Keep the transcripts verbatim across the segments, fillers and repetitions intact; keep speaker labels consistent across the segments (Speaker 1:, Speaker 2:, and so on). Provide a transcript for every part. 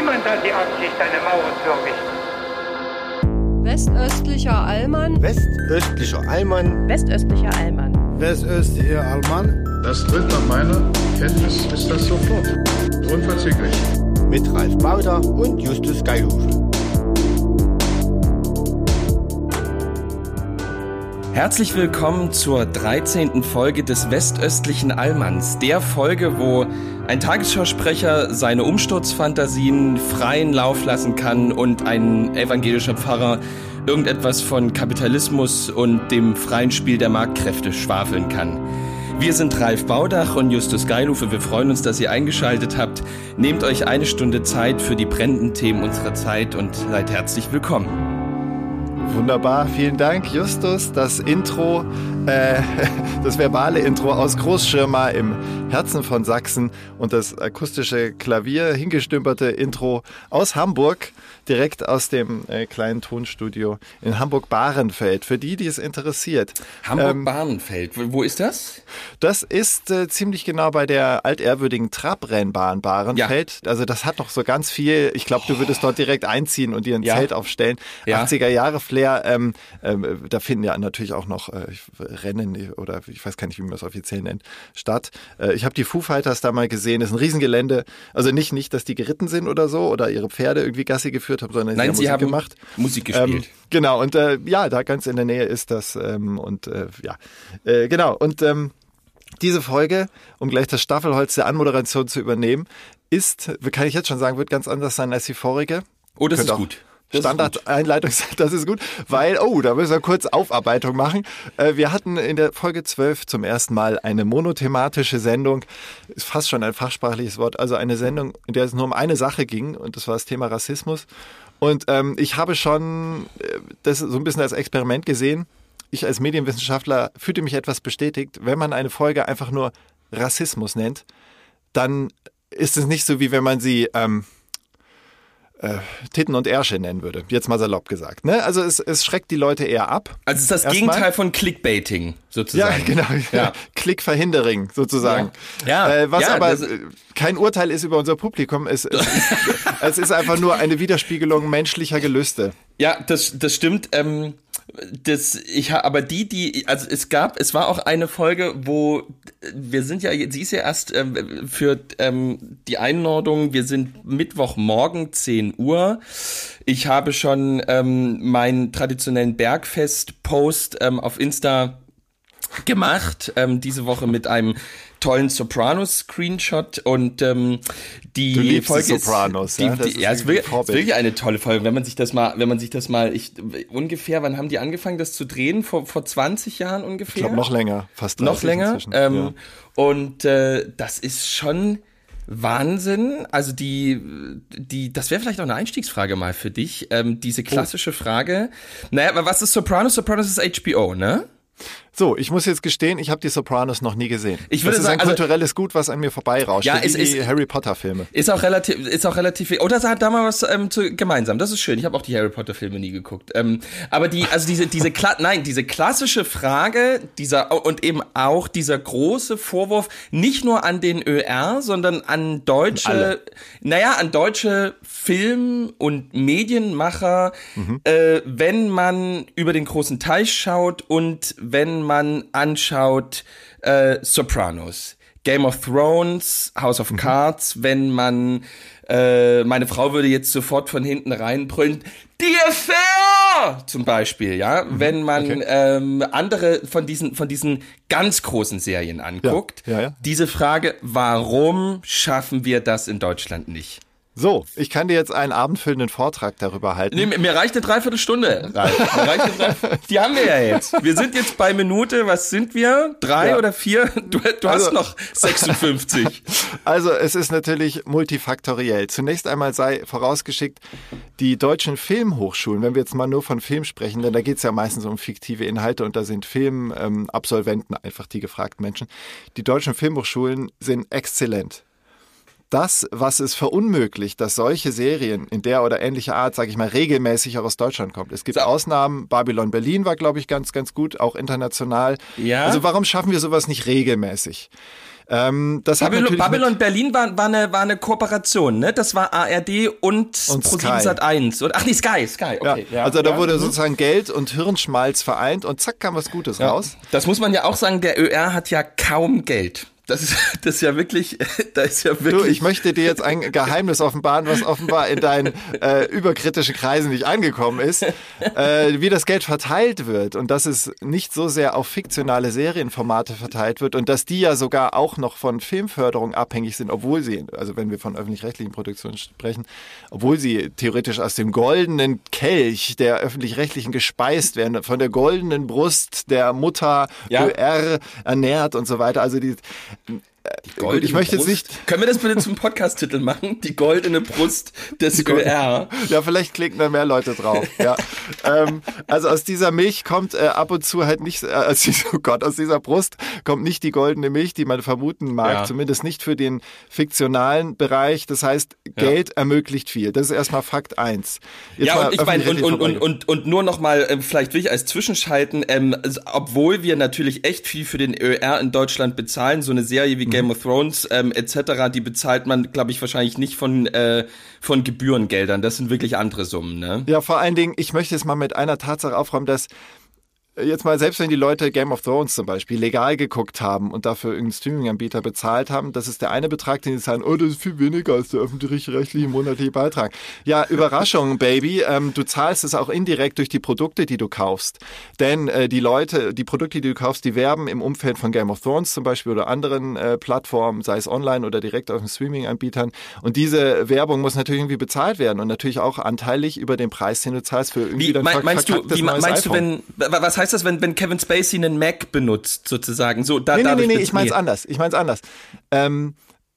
Speaker 1: Niemand hat die Absicht, eine Mauer zu errichten.
Speaker 2: Westöstlicher Allmann.
Speaker 3: Westöstlicher Allmann.
Speaker 4: Westöstlicher Allmann.
Speaker 5: Westöstlicher Allmann.
Speaker 6: Das tritt nach meiner Kenntnis ist das sofort. Unverzüglich.
Speaker 3: Mit Ralf Bauder und Justus Geilhufe.
Speaker 7: Herzlich willkommen zur dreizehnten Folge des Westöstlichen Allmanns, der Folge, wo ein Tagesschausprecher seine Umsturzfantasien freien Lauf lassen kann und ein evangelischer Pfarrer irgendetwas von Kapitalismus und dem freien Spiel der Marktkräfte schwafeln kann. Wir sind Ralf Baudach und Justus Geilhufe. Wir freuen uns, dass ihr eingeschaltet habt. Nehmt euch eine Stunde Zeit für die brennenden Themen unserer Zeit und seid herzlich willkommen.
Speaker 8: Wunderbar, vielen Dank, Justus. Das Intro, äh, das verbale Intro aus Großschirma im Herzen von Sachsen und das akustische Klavier, hingestümperte Intro aus Hamburg, direkt aus dem äh, kleinen Tonstudio in Hamburg-Bahrenfeld. Für die, die es interessiert.
Speaker 7: Hamburg-Bahrenfeld, ähm, wo ist das?
Speaker 8: Das ist äh, ziemlich genau bei der altehrwürdigen Trabrennbahn Bahrenfeld. Ja. Also das hat noch so ganz viel, ich glaube, du würdest dort direkt einziehen und dir ein ja. Zelt aufstellen. Ja. achtziger Jahre Flair. Ähm, ähm, da finden ja natürlich auch noch äh, Rennen oder ich weiß gar nicht, wie man das offiziell nennt, statt. Äh, ich habe die Foo Fighters da mal gesehen, das ist ein Riesengelände. Also nicht, nicht, dass die geritten sind oder so oder ihre Pferde irgendwie Gassi geführt haben, sondern
Speaker 7: Nein,
Speaker 8: sie,
Speaker 7: sie
Speaker 8: haben
Speaker 7: Musik
Speaker 8: gemacht.
Speaker 7: Musik gespielt.
Speaker 8: Ähm, genau, und äh, ja, da ganz in der Nähe ist das ähm, und äh, ja, äh, genau. Und ähm, diese Folge, um gleich das Staffelholz der Anmoderation zu übernehmen, ist, kann ich jetzt schon sagen, wird ganz anders sein als die vorige.
Speaker 7: Oh, das Könnt ist gut.
Speaker 8: Standard-Einleitung, das ist gut, weil, oh, da müssen wir kurz Aufarbeitung machen. Wir hatten in der Folge zwölf zum ersten Mal eine monothematische Sendung, ist fast schon ein fachsprachliches Wort, also eine Sendung, in der es nur um eine Sache ging und das war das Thema Rassismus. Und ähm, ich habe schon das so ein bisschen als Experiment gesehen. Ich als Medienwissenschaftler fühlte mich etwas bestätigt, wenn man eine Folge einfach nur Rassismus nennt, dann ist es nicht so, wie wenn man sie ähm, Äh, Titten und Ärsche nennen würde, jetzt mal salopp gesagt. Ne? Also es, es schreckt die Leute eher ab.
Speaker 7: Also es ist das Erstmal. Gegenteil von Clickbaiting sozusagen.
Speaker 8: Ja, genau. Ja. Klickverhindering sozusagen.
Speaker 7: Ja.
Speaker 8: Äh, was
Speaker 7: ja,
Speaker 8: aber kein Urteil ist über unser Publikum. Es, es, ist, es ist einfach nur eine Widerspiegelung menschlicher Gelüste.
Speaker 7: Ja, das, das stimmt. Ähm, das, ich, aber die, die, also es gab, es war auch eine Folge, wo wir sind ja, sie ist ja erst ähm, für ähm, die Einordnung, wir sind Mittwochmorgen, zehn Uhr. Ich habe schon ähm, meinen traditionellen Bergfest-Post ähm, auf Insta gemacht, ähm, diese Woche mit einem tollen Sopranos-Screenshot und ähm, die
Speaker 8: du liebst
Speaker 7: Folge
Speaker 8: die Sopranos,
Speaker 7: ist, die,
Speaker 8: ja,
Speaker 7: die,
Speaker 8: ist
Speaker 7: ja es ist wirklich eine tolle Folge, wenn man sich das mal, wenn man sich das mal, ich ungefähr, wann haben die angefangen, das zu drehen? Vor vor zwanzig Jahren ungefähr?
Speaker 8: Ich glaube noch länger, fast dreißig
Speaker 7: noch länger. Ähm,
Speaker 8: ja.
Speaker 7: Und äh, das ist schon Wahnsinn. Also die, die, das wäre vielleicht auch eine Einstiegsfrage mal für dich. Ähm, diese klassische oh. Frage. Naja, aber was ist Sopranos? Sopranos ist H B O, ne?
Speaker 8: So, ich muss jetzt gestehen, ich habe die Sopranos noch nie gesehen.
Speaker 7: Ich würde
Speaker 8: das ist
Speaker 7: sagen,
Speaker 8: ein kulturelles Gut, was an mir vorbeirauscht.
Speaker 7: Ja,
Speaker 8: wie
Speaker 7: es
Speaker 8: die
Speaker 7: ist,
Speaker 8: Harry Potter Filme.
Speaker 7: Ist auch relativ, ist auch relativ. Oder hat da mal was ähm, zu, gemeinsam. Das ist schön. Ich habe auch die Harry Potter Filme nie geguckt. Ähm, aber die, also diese, diese, Kla- nein, diese klassische Frage, dieser und eben auch dieser große Vorwurf, nicht nur an den Ö R, sondern an deutsche,
Speaker 8: Alle.
Speaker 7: naja, an deutsche Film- und Medienmacher, mhm. äh, wenn man über den großen Teich schaut und wenn man anschaut äh, Sopranos, Game of Thrones, House of Cards, mhm. wenn man, äh, meine Frau würde jetzt sofort von hinten reinbrüllen, The Affair zum Beispiel, ja, mhm. wenn man okay. ähm, andere von diesen von diesen ganz großen Serien anguckt,
Speaker 8: ja. Ja, ja.
Speaker 7: diese Frage, warum schaffen wir das in Deutschland nicht?
Speaker 8: So, ich kann dir jetzt einen abendfüllenden Vortrag darüber halten.
Speaker 7: Nee, mir reicht eine Dreiviertelstunde. Ralf. Mir reicht eine Dreiviertel- Die haben wir ja jetzt. Wir sind jetzt bei Minute, was sind wir? Drei ja. oder vier? Du, du
Speaker 8: also,
Speaker 7: hast noch sechsundfünfzig.
Speaker 8: Also es ist natürlich multifaktoriell. Zunächst einmal sei vorausgeschickt, die deutschen Filmhochschulen, wenn wir jetzt mal nur von Film sprechen, denn da geht es ja meistens um fiktive Inhalte und da sind Filmabsolventen ähm, einfach die gefragten Menschen. Die deutschen Filmhochschulen sind exzellent. Das, was es verunmöglicht, dass solche Serien in der oder ähnlicher Art, sage ich mal, regelmäßig auch aus Deutschland kommt. Es gibt so. Ausnahmen. Babylon Berlin war, glaube ich, ganz, ganz gut, auch international.
Speaker 7: Ja.
Speaker 8: Also warum schaffen wir sowas nicht regelmäßig? Ähm, das hat
Speaker 7: Babylon, Babylon
Speaker 8: mit
Speaker 7: Berlin war, war, eine, war eine Kooperation, ne? Das war A R D und,
Speaker 8: und
Speaker 7: ProSieben Sat eins. Ach nee, Sky, Sky, okay.
Speaker 8: Ja,
Speaker 7: Ja,
Speaker 8: also da
Speaker 7: ja.
Speaker 8: wurde
Speaker 7: Mhm.
Speaker 8: sozusagen Geld und Hirnschmalz vereint und zack kam was Gutes
Speaker 7: Ja.
Speaker 8: raus.
Speaker 7: Das muss man ja auch sagen, der Ö R hat ja kaum Geld. Das ist, das ist ja wirklich, da ist ja wirklich.
Speaker 8: Du, ich möchte dir jetzt ein Geheimnis offenbaren, was offenbar in deinen äh, überkritischen Kreisen nicht angekommen ist, äh, wie das Geld verteilt wird und dass es nicht so sehr auf fiktionale Serienformate verteilt wird und dass die ja sogar auch noch von Filmförderung abhängig sind, obwohl sie, also wenn wir von öffentlich-rechtlichen Produktionen sprechen, obwohl sie theoretisch aus dem goldenen Kelch der öffentlich-rechtlichen gespeist werden, von der goldenen Brust der Mutter
Speaker 7: Ja.
Speaker 8: Ö R ernährt und so weiter. Also die Gut, ich möchte
Speaker 7: Brust.
Speaker 8: jetzt nicht.
Speaker 7: Können wir das bitte zum Podcast-Titel machen? Die goldene Brust des Ö R.
Speaker 8: Ja, vielleicht klicken da mehr Leute drauf. Ja. ähm, also aus dieser Milch kommt äh, ab und zu halt nicht, äh, aus dieser, oh Gott, aus dieser Brust kommt nicht die goldene Milch, die man vermuten mag,
Speaker 7: Ja.
Speaker 8: zumindest nicht für den fiktionalen Bereich. Das heißt, Geld ermöglicht viel. Das ist erstmal Fakt eins. Jetzt
Speaker 7: Ja,
Speaker 8: mal
Speaker 7: und ich meine, und,
Speaker 8: öffentlich
Speaker 7: und, und,
Speaker 8: vorbei.
Speaker 7: und, und nur noch mal, ähm, vielleicht will ich als Zwischenschalten, ähm, also, obwohl wir natürlich echt viel für den Ö R in Deutschland bezahlen, so eine Serie wie
Speaker 8: Mhm.
Speaker 7: Game of Thrones ähm, et cetera, die bezahlt man, glaube ich, wahrscheinlich nicht von, äh, von Gebührengeldern. Das sind wirklich andere Summen, ne?
Speaker 8: Ja, vor allen Dingen, ich möchte jetzt mal mit einer Tatsache aufräumen, dass jetzt mal, selbst wenn die Leute Game of Thrones zum Beispiel legal geguckt haben und dafür irgendeinen Streaming-Anbieter bezahlt haben, das ist der eine Betrag, den sie sagen, oh, das ist viel weniger als der öffentlich-rechtliche monatliche Beitrag. Ja, Überraschung, Baby, ähm, du zahlst es auch indirekt durch die Produkte, die du kaufst. Denn äh, die Leute, die Produkte, die du kaufst, die werben im Umfeld von Game of Thrones zum Beispiel oder anderen äh, Plattformen, sei es online oder direkt auf den Streaming-Anbietern. Und diese Werbung muss natürlich irgendwie bezahlt werden und natürlich auch anteilig über den Preis, den du zahlst für irgendwie
Speaker 7: Wie,
Speaker 8: dein
Speaker 7: mein,
Speaker 8: ver-
Speaker 7: meinst du,
Speaker 8: verkacktes
Speaker 7: wie
Speaker 8: neues
Speaker 7: meinst du,
Speaker 8: iPhone.
Speaker 7: wenn, wa- was heißt das, wenn, wenn Kevin Spacey einen Mac benutzt, sozusagen? So, da,
Speaker 8: Nee, nee,
Speaker 7: dadurch
Speaker 8: nee, nee,
Speaker 7: wird's-
Speaker 8: ich mein's anders. Ich mein's anders. Ähm,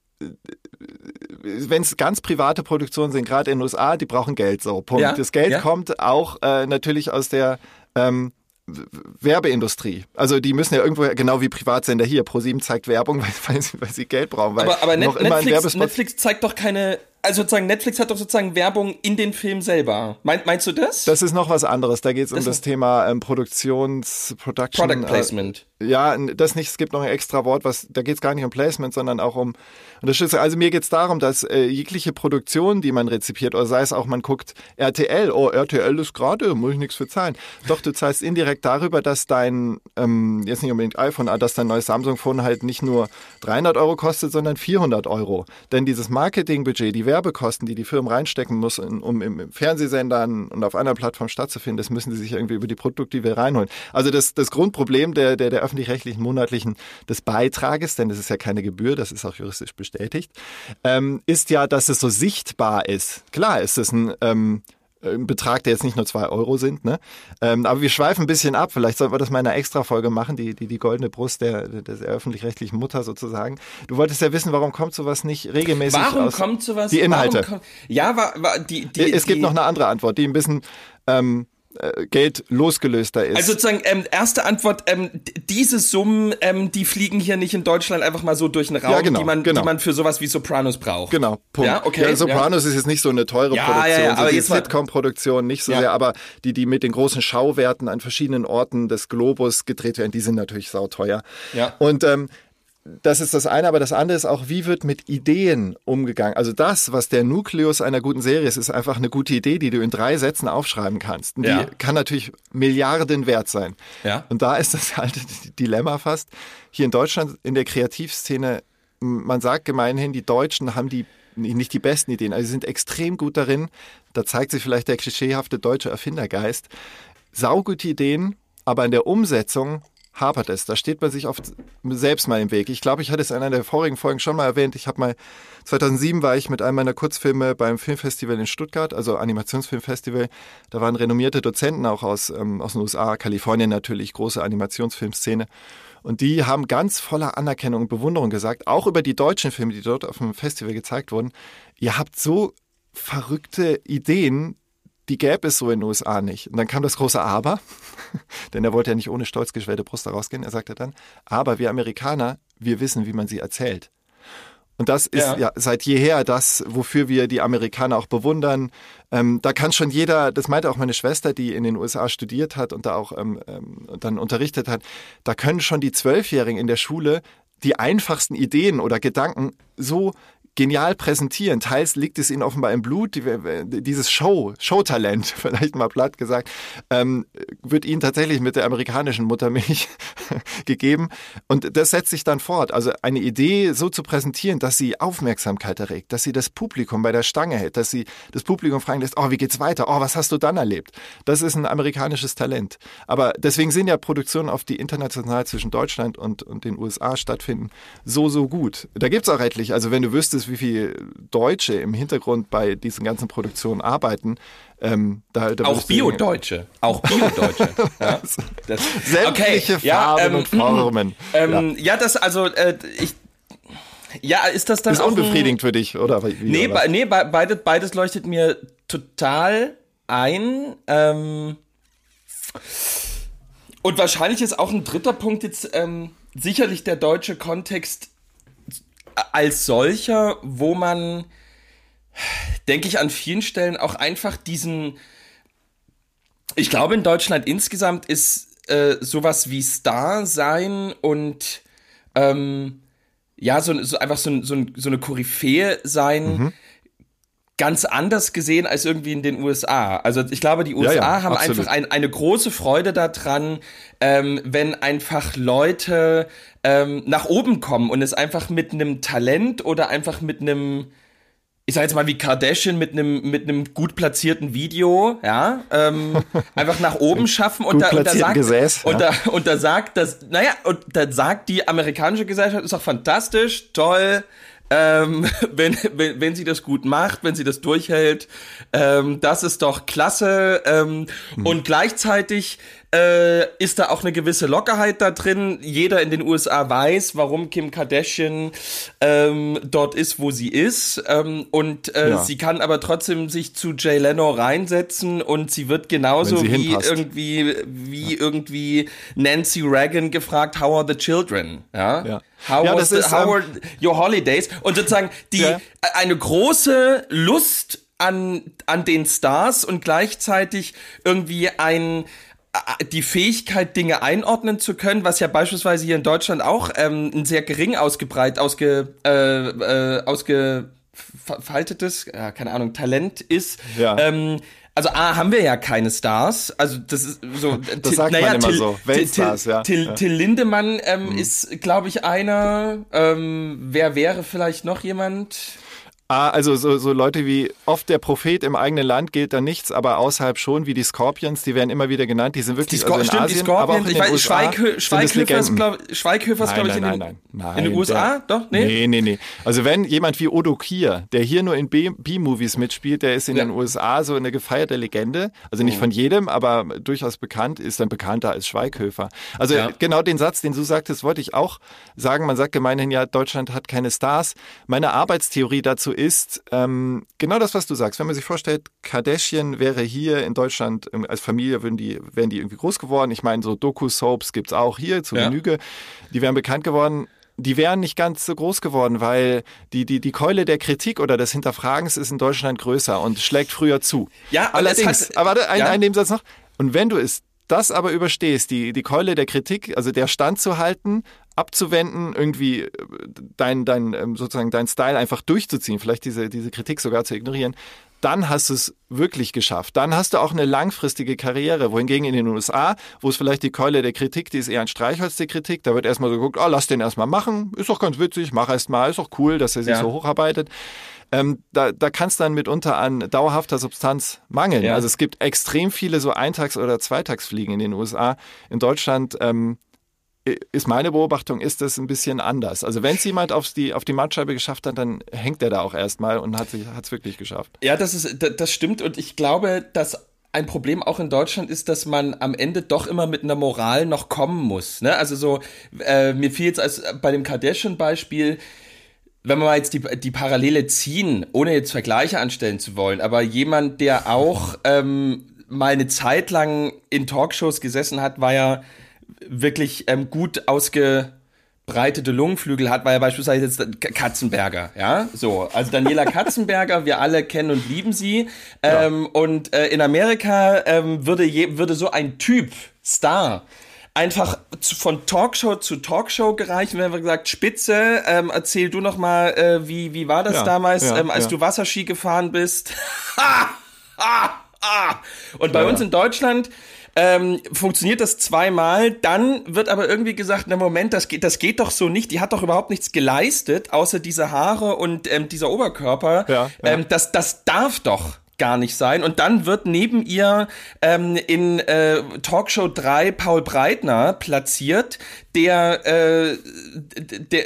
Speaker 8: wenn es ganz private Produktionen sind, gerade in den U S A, die brauchen Geld, so, Punkt.
Speaker 7: Ja,
Speaker 8: Das Geld
Speaker 7: ja.
Speaker 8: kommt auch äh, natürlich aus der ähm, W- Werbeindustrie. Also die müssen ja irgendwo, genau wie Privatsender hier, ProSieben zeigt Werbung, weil, weil, sie, weil sie Geld brauchen. Weil
Speaker 7: Aber, aber
Speaker 8: noch
Speaker 7: Net
Speaker 8: immer ein
Speaker 7: Netflix,
Speaker 8: Werbespot.
Speaker 7: Netflix zeigt doch keine, also sozusagen, Netflix hat doch sozusagen Werbung in den Film selber. Mein, meinst du das?
Speaker 8: Das ist noch was anderes. Da geht es um
Speaker 7: Das
Speaker 8: das
Speaker 7: ist-
Speaker 8: Thema ähm, Produktions, Production.
Speaker 7: Product Placement.
Speaker 8: Äh, ja, das nicht. Es gibt noch ein extra Wort, was da geht es gar nicht um Placement, sondern auch um Unterstützung. Also mir geht es darum, dass äh, jegliche Produktion, die man rezipiert, oder sei es auch, man guckt R T L, oh, R T L ist gerade, muss ich nichts für zahlen. Doch, du zahlst indirekt darüber, dass dein, ähm, jetzt nicht unbedingt iPhone, aber dass dein neues Samsung-Phone halt nicht nur dreihundert Euro kostet, sondern vierhundert Euro. Denn dieses Marketingbudget, die Werbekosten, die die Firmen reinstecken müssen, um im, im Fernsehsendern und auf einer Plattform stattzufinden, das müssen sie sich irgendwie über die Produktive reinholen. Also das, das Grundproblem der, der, der öffentlich-rechtlichen monatlichen des Beitrages, denn das ist ja keine Gebühr, das ist auch juristisch bestätigt, ähm, ist ja, dass es so sichtbar ist. Klar ist es ein ähm, ein Betrag, der jetzt nicht nur zwei Euro sind, ne? Ähm, aber wir schweifen ein bisschen ab. Vielleicht sollten wir das mal in einer Extra-Folge machen, die, die, die goldene Brust der, der, der öffentlich-rechtlichen Mutter sozusagen. Du wolltest ja wissen, warum kommt sowas nicht regelmäßig
Speaker 7: Warum
Speaker 8: aus?
Speaker 7: kommt sowas?
Speaker 8: Die Inhalte.
Speaker 7: Warum kommt, ja, war, war die, die,
Speaker 8: es gibt
Speaker 7: die,
Speaker 8: noch eine andere Antwort, die ein bisschen ähm, äh, Geld losgelöster ist.
Speaker 7: Also sozusagen, ähm, erste Antwort, ähm, d- diese Summen, ähm, die fliegen hier nicht in Deutschland einfach mal so durch den Raum,
Speaker 8: Ja, genau,
Speaker 7: die, man,
Speaker 8: genau.
Speaker 7: die man für sowas wie Sopranos braucht.
Speaker 8: Genau, Punkt.
Speaker 7: Ja, okay.
Speaker 8: Ja, Sopranos ist jetzt nicht so eine teure
Speaker 7: Ja,
Speaker 8: Produktion,
Speaker 7: ja, ja,
Speaker 8: so
Speaker 7: aber
Speaker 8: die
Speaker 7: jetzt mal-
Speaker 8: Sitcom-Produktion nicht so
Speaker 7: Ja.
Speaker 8: sehr, aber die, die mit den großen Schauwerten an verschiedenen Orten des Globus gedreht werden, die sind natürlich sauteuer.
Speaker 7: Ja.
Speaker 8: Und ähm, das ist das eine, aber das andere ist auch, wie wird mit Ideen umgegangen? Also das, was der Nukleus einer guten Serie ist, ist einfach eine gute Idee, die du in drei Sätzen aufschreiben kannst. Und
Speaker 7: Ja.
Speaker 8: die kann natürlich Milliarden wert sein.
Speaker 7: Ja.
Speaker 8: Und da ist das halt Dilemma fast. Hier in Deutschland, in der Kreativszene, man sagt gemeinhin, die Deutschen haben die nicht die besten Ideen, also sie sind extrem gut darin, da zeigt sich vielleicht der klischeehafte deutsche Erfindergeist, saugute Ideen, aber in der Umsetzung hapert es. Da steht man sich oft selbst mal im Weg. Ich glaube, ich hatte es in einer der vorigen Folgen schon mal erwähnt. Ich habe mal, zweitausendsieben war ich mit einem meiner Kurzfilme beim Filmfestival in Stuttgart, also Animationsfilmfestival. Da waren renommierte Dozenten auch aus, ähm, aus den U S A, Kalifornien natürlich, große Animationsfilmszene. Und die haben ganz voller Anerkennung und Bewunderung gesagt, auch über die deutschen Filme, die dort auf dem Festival gezeigt wurden, ihr habt so verrückte Ideen, die gäbe es so in den U S A nicht. Und dann kam das große Aber, denn er wollte ja nicht ohne stolz geschwellte Brust da rausgehen. Er sagte dann, aber wir Amerikaner, wir wissen, wie man sie erzählt. Und das ist ja,
Speaker 7: Ja.
Speaker 8: seit jeher das, wofür wir die Amerikaner auch bewundern. Ähm, da kann schon jeder, das meinte auch meine Schwester, die in den U S A studiert hat und da auch ähm, ähm, dann unterrichtet hat, da können schon die Zwölfjährigen in der Schule die einfachsten Ideen oder Gedanken so genial präsentieren. Teils liegt es ihnen offenbar im Blut, die, dieses Show, Showtalent, vielleicht mal platt gesagt, ähm, wird ihnen tatsächlich mit der amerikanischen Muttermilch gegeben. Und das setzt sich dann fort. Also eine Idee so zu präsentieren, dass sie Aufmerksamkeit erregt, dass sie das Publikum bei der Stange hält, dass sie das Publikum fragen lässt, oh, wie geht's weiter? Oh, was hast du dann erlebt? Das ist ein amerikanisches Talent. Aber deswegen sind ja Produktionen, auf die international zwischen Deutschland und, und den U S A stattfinden, so, so gut. Da gibt's auch etlich. Also wenn du wüsstest, wie viele Deutsche im Hintergrund bei diesen ganzen Produktionen arbeiten. Ähm, da, da
Speaker 7: auch Bio-Deutsche. Auch Bio-Deutsche. Ja. Das,
Speaker 8: sämtliche
Speaker 7: okay.
Speaker 8: Farben
Speaker 7: ja, ähm,
Speaker 8: und Formen.
Speaker 7: Ähm, ja. ja, das also, äh, ich. Ja, ist das dann
Speaker 8: ist
Speaker 7: auch
Speaker 8: unbefriedigend ein, für dich, oder? Wie,
Speaker 7: nee,
Speaker 8: oder?
Speaker 7: Be- nee be- beides, beides leuchtet mir total ein. Ähm, und wahrscheinlich ist auch ein dritter Punkt jetzt ähm, sicherlich der deutsche Kontext als solcher, wo man, denke ich, an vielen Stellen auch einfach diesen, ich glaube, in Deutschland insgesamt ist äh, sowas wie Star sein und ähm, ja, so, so einfach so, so, so eine Koryphäe sein, mhm. ganz anders gesehen als irgendwie in den U S A. Also ich glaube, die U S A ja, ja, haben absolut. einfach ein, eine große Freude daran, ähm, wenn einfach Leute ähm, nach oben kommen und es einfach mit einem Talent oder einfach mit einem, ich sag jetzt mal wie Kardashian, mit einem mit einem gut platzierten Video, ja, ähm, einfach nach oben schaffen und da, und da sagt
Speaker 8: Gesäß,
Speaker 7: und,
Speaker 8: ja.
Speaker 7: da, und da sagt das, naja, und da sagt die amerikanische Gesellschaft, ist doch fantastisch, toll, Ähm, wenn, wenn, wenn sie das gut macht, wenn sie das durchhält, ähm, das ist doch klasse. Ähm, mhm. Und gleichzeitig äh, ist da auch eine gewisse Lockerheit da drin. Jeder in den U S A weiß, warum Kim Kardashian ähm, dort ist, wo sie ist. Ähm, und äh, ja. sie kann aber trotzdem sich zu Jay Leno reinsetzen und sie wird genauso
Speaker 8: sie
Speaker 7: wie
Speaker 8: hinpasst.
Speaker 7: irgendwie wie ja. irgendwie Nancy Reagan gefragt, how are the children? Ja. ja. How,
Speaker 8: ja,
Speaker 7: was
Speaker 8: das
Speaker 7: the,
Speaker 8: ist,
Speaker 7: how
Speaker 8: ähm,
Speaker 7: were your holidays? Und sozusagen die
Speaker 8: ja.
Speaker 7: eine große Lust an an den Stars und gleichzeitig irgendwie ein die Fähigkeit, Dinge einordnen zu können, was ja beispielsweise hier in Deutschland auch ähm, ein sehr gering ausgebreitet, ausge, äh, äh, ausgefaltetes, äh, keine Ahnung, Talent ist.
Speaker 8: Ja.
Speaker 7: Ähm, Also A, haben wir ja keine Stars, also das ist so,
Speaker 8: das
Speaker 7: Till,
Speaker 8: sagt
Speaker 7: naja,
Speaker 8: man immer
Speaker 7: Till,
Speaker 8: so, Weltstars,
Speaker 7: Till,
Speaker 8: ja.
Speaker 7: Till,
Speaker 8: ja.
Speaker 7: Till Lindemann ähm,
Speaker 8: mhm.
Speaker 7: ist, glaube ich, einer, ähm, wer wäre vielleicht noch jemand?
Speaker 8: Ah, also so, so Leute wie oft der Prophet im eigenen Land gilt da nichts, aber außerhalb schon, wie die Scorpions, die werden immer wieder genannt, die sind wirklich
Speaker 7: die Skor-
Speaker 8: also in
Speaker 7: stimmt,
Speaker 8: Asien,
Speaker 7: die Scorpions,
Speaker 8: aber auch in
Speaker 7: ich
Speaker 8: den
Speaker 7: weiß,
Speaker 8: U S A
Speaker 7: Schweighö- Schweighöfer, glaub, Schweighöfer ist, glaube ich, in den,
Speaker 8: nein, nein,
Speaker 7: in den U S A,
Speaker 8: der,
Speaker 7: doch? Nee?
Speaker 8: nee, nee, nee. Also wenn jemand wie Odo Kier, der hier nur in B- B-Movies mitspielt, der ist in
Speaker 7: ja.
Speaker 8: den U S A so eine gefeierte Legende, also nicht oh. von jedem, aber durchaus bekannt, ist dann bekannter als Schweighöfer. Also ja. genau den Satz, den du sagtest, wollte ich auch sagen. Man sagt gemeinhin, ja, Deutschland hat keine Stars. Meine Arbeitstheorie dazu ist, ähm, genau das, was du sagst. Wenn man sich vorstellt, Kardashian wäre hier in Deutschland, als Familie würden die, wären die irgendwie groß geworden. Ich meine, so Doku-Soaps gibt's auch hier zu Genüge. Ja. Die wären bekannt geworden. Die wären nicht ganz so groß geworden, weil die, die, die Keule der Kritik oder des Hinterfragens ist in Deutschland größer und schlägt früher zu.
Speaker 7: Ja,
Speaker 8: allerdings,
Speaker 7: hat,
Speaker 8: aber warte, ein,
Speaker 7: ja.
Speaker 8: ein Nebensatz noch. Und wenn du es das aber überstehst, die, die Keule der Kritik, also der Stand zu halten, abzuwenden, irgendwie dein, dein, sozusagen dein Style einfach durchzuziehen, vielleicht diese, diese Kritik sogar zu ignorieren, dann hast du es wirklich geschafft. Dann hast du auch eine langfristige Karriere. Wohingegen in den U S A, wo es vielleicht die Keule der Kritik, die ist eher ein Streichholz der Kritik, da wird erstmal so geguckt, oh, lass den erstmal machen, ist doch ganz witzig, mach erst mal, ist doch cool, dass er sich ja. so hocharbeitet. Ähm, da, da kann es dann mitunter an dauerhafter Substanz mangeln. Ja. Also es gibt extrem viele so Eintags- oder Zweitagsfliegen in den U S A. In Deutschland ähm, ist meine Beobachtung, ist das ein bisschen anders. Also wenn es jemand auf die, auf die Mattscheibe geschafft hat, dann hängt er da auch erstmal und hat es wirklich geschafft.
Speaker 7: Ja, das ist, das stimmt und ich glaube, dass ein Problem auch in Deutschland ist, dass man am Ende doch immer mit einer Moral noch kommen muss. Ne? Also so, äh, mir fiel jetzt als bei dem Kardashian-Beispiel, wenn wir mal jetzt die, die Parallele ziehen, ohne jetzt Vergleiche anstellen zu wollen, aber jemand, der auch ähm, mal eine Zeit lang in Talkshows gesessen hat, war ja wirklich ähm, gut ausgebreitete Lungenflügel hat, war ja beispielsweise jetzt Katzenberger, ja, so, also Daniela Katzenberger, wir alle kennen und lieben sie, ähm, ja. und äh, in Amerika ähm, würde je, würde so ein Typ, Star, einfach zu, von Talkshow zu Talkshow gereicht. Und wir haben gesagt, Spitze, ähm, erzähl du noch mal, äh, wie, wie war das
Speaker 8: ja,
Speaker 7: damals,
Speaker 8: ja,
Speaker 7: ähm, als
Speaker 8: ja.
Speaker 7: du Wasserski gefahren bist? Ha! Ah! Ah! Und bei
Speaker 8: ja,
Speaker 7: uns
Speaker 8: ja.
Speaker 7: in Deutschland Ähm, funktioniert das zweimal, dann wird aber irgendwie gesagt, na Moment, das geht, das geht doch so nicht, die hat doch überhaupt nichts geleistet, außer diese Haare und ähm, dieser Oberkörper,
Speaker 8: ja, ja.
Speaker 7: Ähm, das, das darf doch gar nicht sein. Und dann wird neben ihr ähm, in äh, Talkshow drei Paul Breitner platziert, der, äh, der,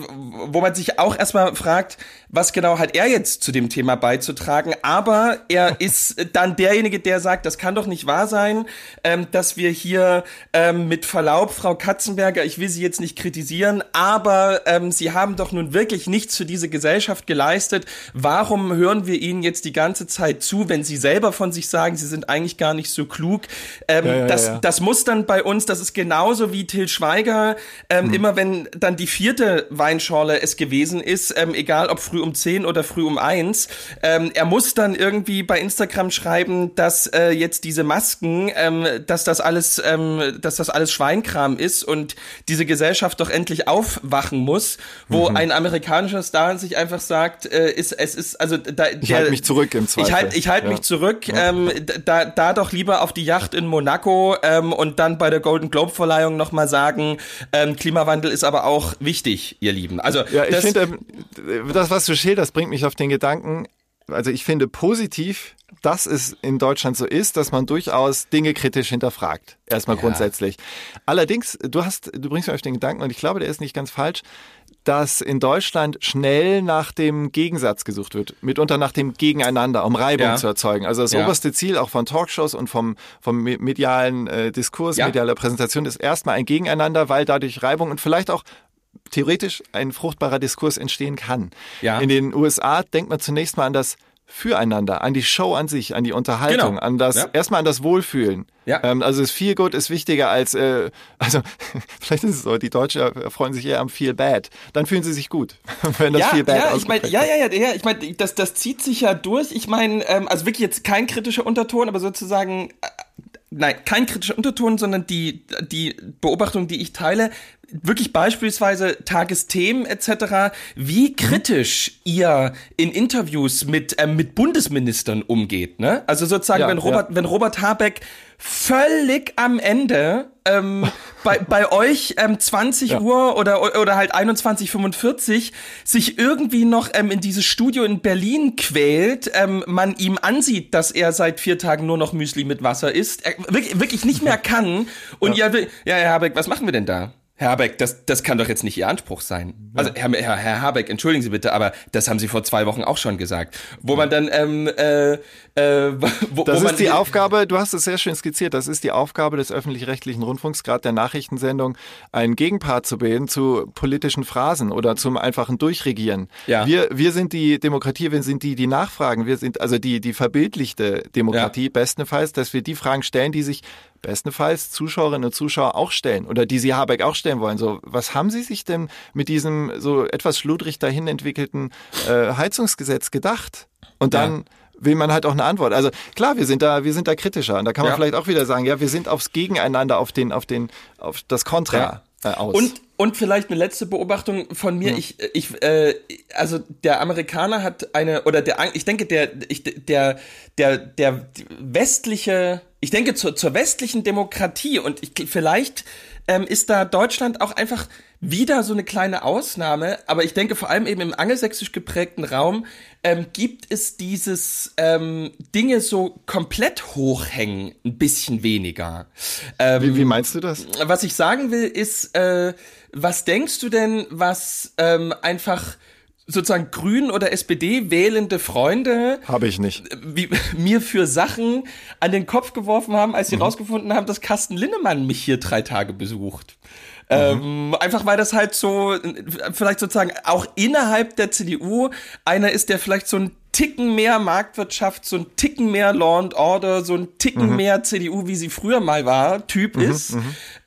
Speaker 7: wo man sich auch erstmal fragt, was genau hat er jetzt zu dem Thema beizutragen, aber er ist dann derjenige, der sagt, das kann doch nicht wahr sein, ähm, dass wir hier ähm, mit Verlaub, Frau Katzenberger, ich will Sie jetzt nicht kritisieren, aber ähm, Sie haben doch nun wirklich nichts für diese Gesellschaft geleistet. Warum hören wir Ihnen jetzt die ganze Zeit zu, wenn Sie selber von sich sagen, Sie sind eigentlich gar nicht so klug? Ähm,
Speaker 8: ja, ja,
Speaker 7: das,
Speaker 8: ja.
Speaker 7: das muss dann bei uns, das ist genauso wie Til Schweiger, ähm, mhm. immer wenn dann die vierte Weinschorle es gewesen ist, ähm, egal ob früh um zehn oder früh um eins, ähm, er muss dann irgendwie bei Instagram schreiben, dass äh, jetzt diese Masken, ähm, dass das alles, ähm, dass das alles Schweinkram ist und diese Gesellschaft doch endlich aufwachen muss, wo mhm. ein amerikanischer Star sich einfach sagt, äh, ist, es ist, also da, der,
Speaker 8: ich halte mich zurück im Zweifel.
Speaker 7: Ich halte ich halt
Speaker 8: ja.
Speaker 7: mich zurück,
Speaker 8: ja.
Speaker 7: ähm, da, da doch lieber auf die Yacht in Monaco ähm, und dann bei der Golden Globe Verleihung nochmal sagen, ähm, Klimawandel ist aber auch wichtig, ihr Lieben. Also
Speaker 8: ja, ich
Speaker 7: das,
Speaker 8: finde, ähm, das, was du schilderst, bringt mich auf den Gedanken, also ich finde positiv, dass es in Deutschland so ist, dass man durchaus Dinge kritisch hinterfragt. Erstmal ja. grundsätzlich. Allerdings, du hast, du bringst mich auf den Gedanken, und ich glaube, der ist nicht ganz falsch, dass in Deutschland schnell nach dem Gegensatz gesucht wird, mitunter nach dem Gegeneinander, um Reibung ja. zu erzeugen. Also das ja. oberste Ziel auch von Talkshows und vom, vom medialen äh, Diskurs, ja. medialer Präsentation ist erstmal ein Gegeneinander, weil dadurch Reibung und vielleicht auch theoretisch ein fruchtbarer Diskurs entstehen kann. Ja. In den U S A denkt man zunächst mal an das Füreinander, an die Show an sich, an die Unterhaltung, genau. an das, ja. erstmal an das Wohlfühlen. Ja. Ähm, also das Feel Good ist wichtiger als, äh, also vielleicht ist es so, die Deutschen freuen sich eher am Feel Bad. Dann fühlen sie sich gut, wenn das
Speaker 7: ja,
Speaker 8: Feel Bad
Speaker 7: ja, ich mein, ja, ja, ja, ja, ich meine, das, das zieht sich ja durch. Ich meine, ähm, also wirklich jetzt kein kritischer Unterton, aber sozusagen, äh, nein, kein kritischer Unterton, sondern die, die Beobachtung, die ich teile, wirklich beispielsweise Tagesthemen et cetera, wie kritisch ihr in Interviews mit ähm, mit Bundesministern umgeht, ne? Also sozusagen, ja, wenn Robert ja. wenn Robert Habeck völlig am Ende ähm, bei bei euch ähm, zwanzig ja. Uhr oder oder halt einundzwanzig Uhr fünfundvierzig sich irgendwie noch ähm, in dieses Studio in Berlin quält, ähm, man ihm ansieht, dass er seit vier Tagen nur noch Müsli mit Wasser isst, er wirklich, wirklich nicht mehr kann und ja, ja, ja Herr Habeck, was machen wir denn da? Herr Habeck, das, das kann doch jetzt nicht Ihr Anspruch sein. Ja. Also Herr, Herr, Herr Habeck, entschuldigen Sie bitte, aber das haben Sie vor zwei Wochen auch schon gesagt. Wo man dann, ähm, äh, äh, wo,
Speaker 8: das
Speaker 7: wo man
Speaker 8: ist die Aufgabe, du hast es sehr schön skizziert, das ist die Aufgabe des öffentlich-rechtlichen Rundfunks, gerade der Nachrichtensendung, einen Gegenpart zu bilden zu politischen Phrasen oder zum einfachen Durchregieren. Ja. Wir, wir sind die Demokratie, wir sind die, die nachfragen, wir sind also die, die verbildlichte Demokratie, ja. bestenfalls, dass wir die Fragen stellen, die sich bestenfalls Zuschauerinnen und Zuschauer auch stellen oder die Sie Habeck auch stellen wollen. So, was haben Sie sich denn mit diesem so etwas schludrig dahin entwickelten äh, Heizungsgesetz gedacht? Und dann ja. will man halt auch eine Antwort. Also klar, wir sind da, wir sind da kritischer. Und da kann man ja. vielleicht auch wieder sagen, ja, wir sind aufs Gegeneinander, auf den, auf den, auf das Kontra ja. äh, aus.
Speaker 7: Und Und vielleicht eine letzte Beobachtung von mir. Mhm. Ich, ich, äh, also der Amerikaner hat eine, oder der, ich denke, der, ich, der, der, der westliche, ich denke zur, zur westlichen Demokratie und ich, vielleicht ähm, ist da Deutschland auch einfach wieder so eine kleine Ausnahme, aber ich denke vor allem eben im angelsächsisch geprägten Raum ähm, gibt es dieses ähm, Dinge so komplett hochhängen ein bisschen weniger. Ähm,
Speaker 8: wie, wie meinst du das?
Speaker 7: Was ich sagen will ist, äh, was denkst du denn, was ähm, einfach sozusagen Grün- oder S P D wählende Freunde
Speaker 8: habe ich nicht
Speaker 7: wie, mir für Sachen an den Kopf geworfen haben, als sie mhm. rausgefunden haben, dass Carsten Linnemann mich hier drei Tage besucht. Mhm. Ähm, einfach weil das halt so vielleicht sozusagen auch innerhalb der C D U einer ist, der vielleicht so ein Ticken mehr Marktwirtschaft, so ein Ticken mehr Law and Order, so ein Ticken mhm. mehr C D U, wie sie früher mal war, Typ mhm, ist. Mhm.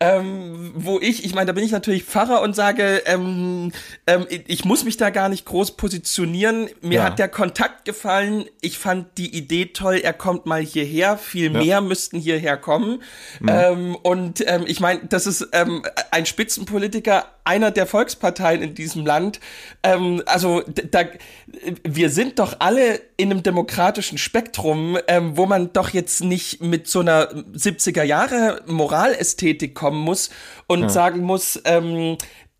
Speaker 7: ähm, wo ich, ich meine, da bin ich natürlich Pfarrer und sage, ähm, ähm, ich muss mich da gar nicht groß positionieren. Mir
Speaker 8: Ja.
Speaker 7: hat der Kontakt gefallen. Ich fand die Idee toll. Er kommt mal hierher. Viel
Speaker 8: Ja.
Speaker 7: mehr müssten hierher kommen. Mhm. Ähm, und ähm, ich meine, das ist ähm, ein Spitzenpolitiker einer der Volksparteien in diesem Land. Ähm, also da, wir sind doch alle in einem demokratischen Spektrum, ähm, wo man doch jetzt nicht mit so einer siebziger Jahre Moralästhetik kommen muss und ja. sagen muss, ähm,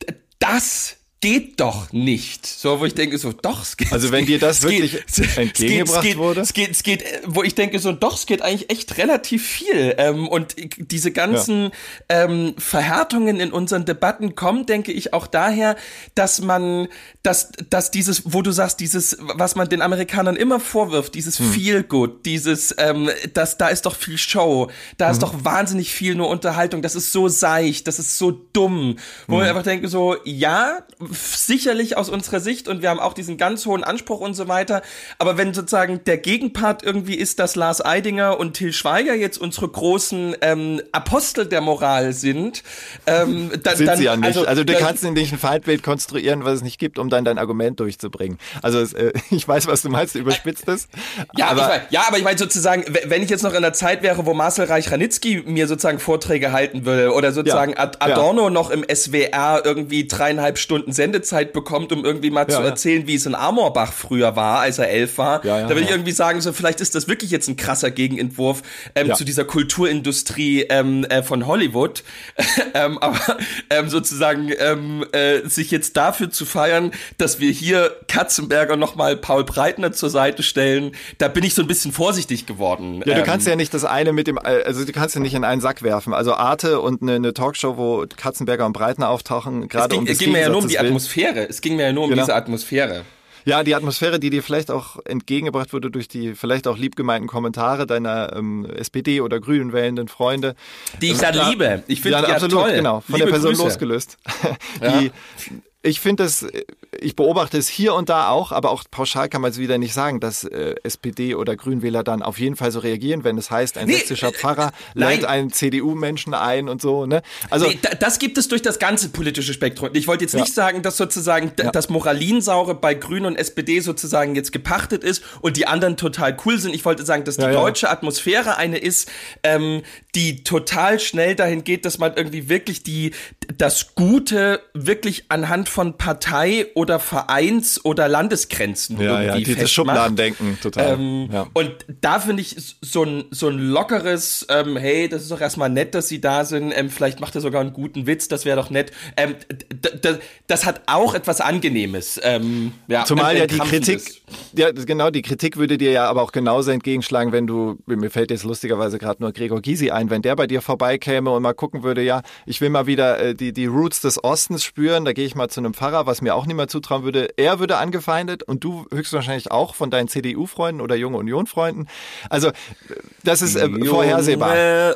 Speaker 7: das geht doch nicht. So, wo ich denke, so, doch, es geht.
Speaker 8: Also wenn dir das wirklich
Speaker 7: geht,
Speaker 8: entgegengebracht
Speaker 7: es geht,
Speaker 8: wurde?
Speaker 7: Es geht, es geht, wo ich denke, so, doch, es geht eigentlich echt relativ viel. Ähm, und diese ganzen ja. ähm, Verhärtungen in unseren Debatten kommen, denke ich, auch daher, dass man, dass, dass dieses, wo du sagst, dieses, was man den Amerikanern immer vorwirft, dieses hm. Feel Good, dieses, ähm, das, da ist doch viel Show, da hm. ist doch wahnsinnig viel nur Unterhaltung, das ist so seicht, das ist so dumm. Wo hm. ich einfach denke, so, ja, sicherlich aus unserer Sicht und wir haben auch diesen ganz hohen Anspruch und so weiter, aber wenn sozusagen der Gegenpart irgendwie ist, dass Lars Eidinger und Til Schweiger jetzt unsere großen ähm, Apostel der Moral sind, ähm, dann,
Speaker 8: sind
Speaker 7: dann,
Speaker 8: sie ja nicht. Also, also du
Speaker 7: dann,
Speaker 8: kannst nicht ein Feindbild konstruieren, was es nicht gibt, um dann dein Argument durchzubringen. Also es, äh, ich weiß, was du meinst, du überspitzt es.
Speaker 7: Ja,
Speaker 8: aber,
Speaker 7: ich mein, ja, aber ich meine sozusagen, wenn ich jetzt noch in der Zeit wäre, wo Marcel Reich-Ranitzky mir sozusagen Vorträge halten würde oder sozusagen ja, Adorno ja. noch im S W R irgendwie dreieinhalb Stunden Sendezeit bekommt, um irgendwie mal ja, zu erzählen, ja. wie es in Amorbach früher war, als er elf war. Ja, ja, da würde ja. ich irgendwie sagen, so vielleicht ist das wirklich jetzt ein krasser Gegenentwurf ähm, ja. zu dieser Kulturindustrie ähm, äh, von Hollywood. ähm, aber ähm, sozusagen ähm, äh, sich jetzt dafür zu feiern, dass wir hier Katzenberger nochmal Paul Breitner zur Seite stellen, da bin ich so ein bisschen vorsichtig geworden.
Speaker 8: Ja, du
Speaker 7: ähm,
Speaker 8: kannst ja nicht das eine mit dem, also du kannst ja nicht in einen Sack werfen. Also Arte und eine, eine Talkshow, wo Katzenberger und Breitner auftauchen, gerade um das
Speaker 7: Es ging mir ja nur um die Atmosphäre. Es ging mir ja nur um genau. diese Atmosphäre.
Speaker 8: Ja, die Atmosphäre, die dir vielleicht auch entgegengebracht wurde durch die vielleicht auch liebgemeinten Kommentare deiner ähm, S P D- oder Grünen wählenden Freunde.
Speaker 7: Die ich dann ja, liebe. Ich finde
Speaker 8: ja,
Speaker 7: die
Speaker 8: absolut,
Speaker 7: ja toll.
Speaker 8: Genau, von
Speaker 7: liebe
Speaker 8: der Person
Speaker 7: Grüße.
Speaker 8: losgelöst.
Speaker 7: Ja.
Speaker 8: Die, ich finde es, ich beobachte es hier und da auch, aber auch pauschal kann man es wieder nicht sagen, dass äh, S P D- oder Grünwähler dann auf jeden Fall so reagieren, wenn es heißt, ein nee, sächsischer Pfarrer äh, lädt einen C D U-Menschen ein und so. Ne? Also
Speaker 7: nee, das gibt es durch das ganze politische Spektrum. Ich wollte jetzt nicht
Speaker 8: ja.
Speaker 7: sagen, dass sozusagen ja. das Moralinsaure bei Grünen und S P D sozusagen jetzt gepachtet ist und die anderen total cool sind. Ich wollte sagen, dass die ja, deutsche ja. Atmosphäre eine ist, ähm, die total schnell dahin geht, dass man irgendwie wirklich die das Gute wirklich anhand von Partei oder Vereins- oder Landesgrenzen
Speaker 8: ja,
Speaker 7: irgendwie
Speaker 8: ja, dieses
Speaker 7: festmacht.
Speaker 8: Schubladendenken, total.
Speaker 7: Ähm,
Speaker 8: ja.
Speaker 7: Und da finde ich so ein, so ein lockeres, ähm, hey, das ist doch erstmal nett, dass sie da sind, ähm, vielleicht macht er sogar einen guten Witz, das wäre doch nett. Ähm, d- d- das hat auch etwas Angenehmes. Ähm, ja,
Speaker 8: Zumal ja die Kritik, ja genau, die Kritik würde dir ja aber auch genauso entgegenschlagen, wenn du, mir fällt jetzt lustigerweise gerade nur Gregor Gysi ein, wenn der bei dir vorbeikäme und mal gucken würde, ja, ich will mal wieder äh, die, die Roots des Ostens spüren, da gehe ich mal zu einem Pfarrer, was mir auch niemand zutrauen würde. Er würde angefeindet und du höchstwahrscheinlich auch von deinen C D U-Freunden oder Junge Union-Freunden. Also das ist äh, vorhersehbar.
Speaker 7: Junge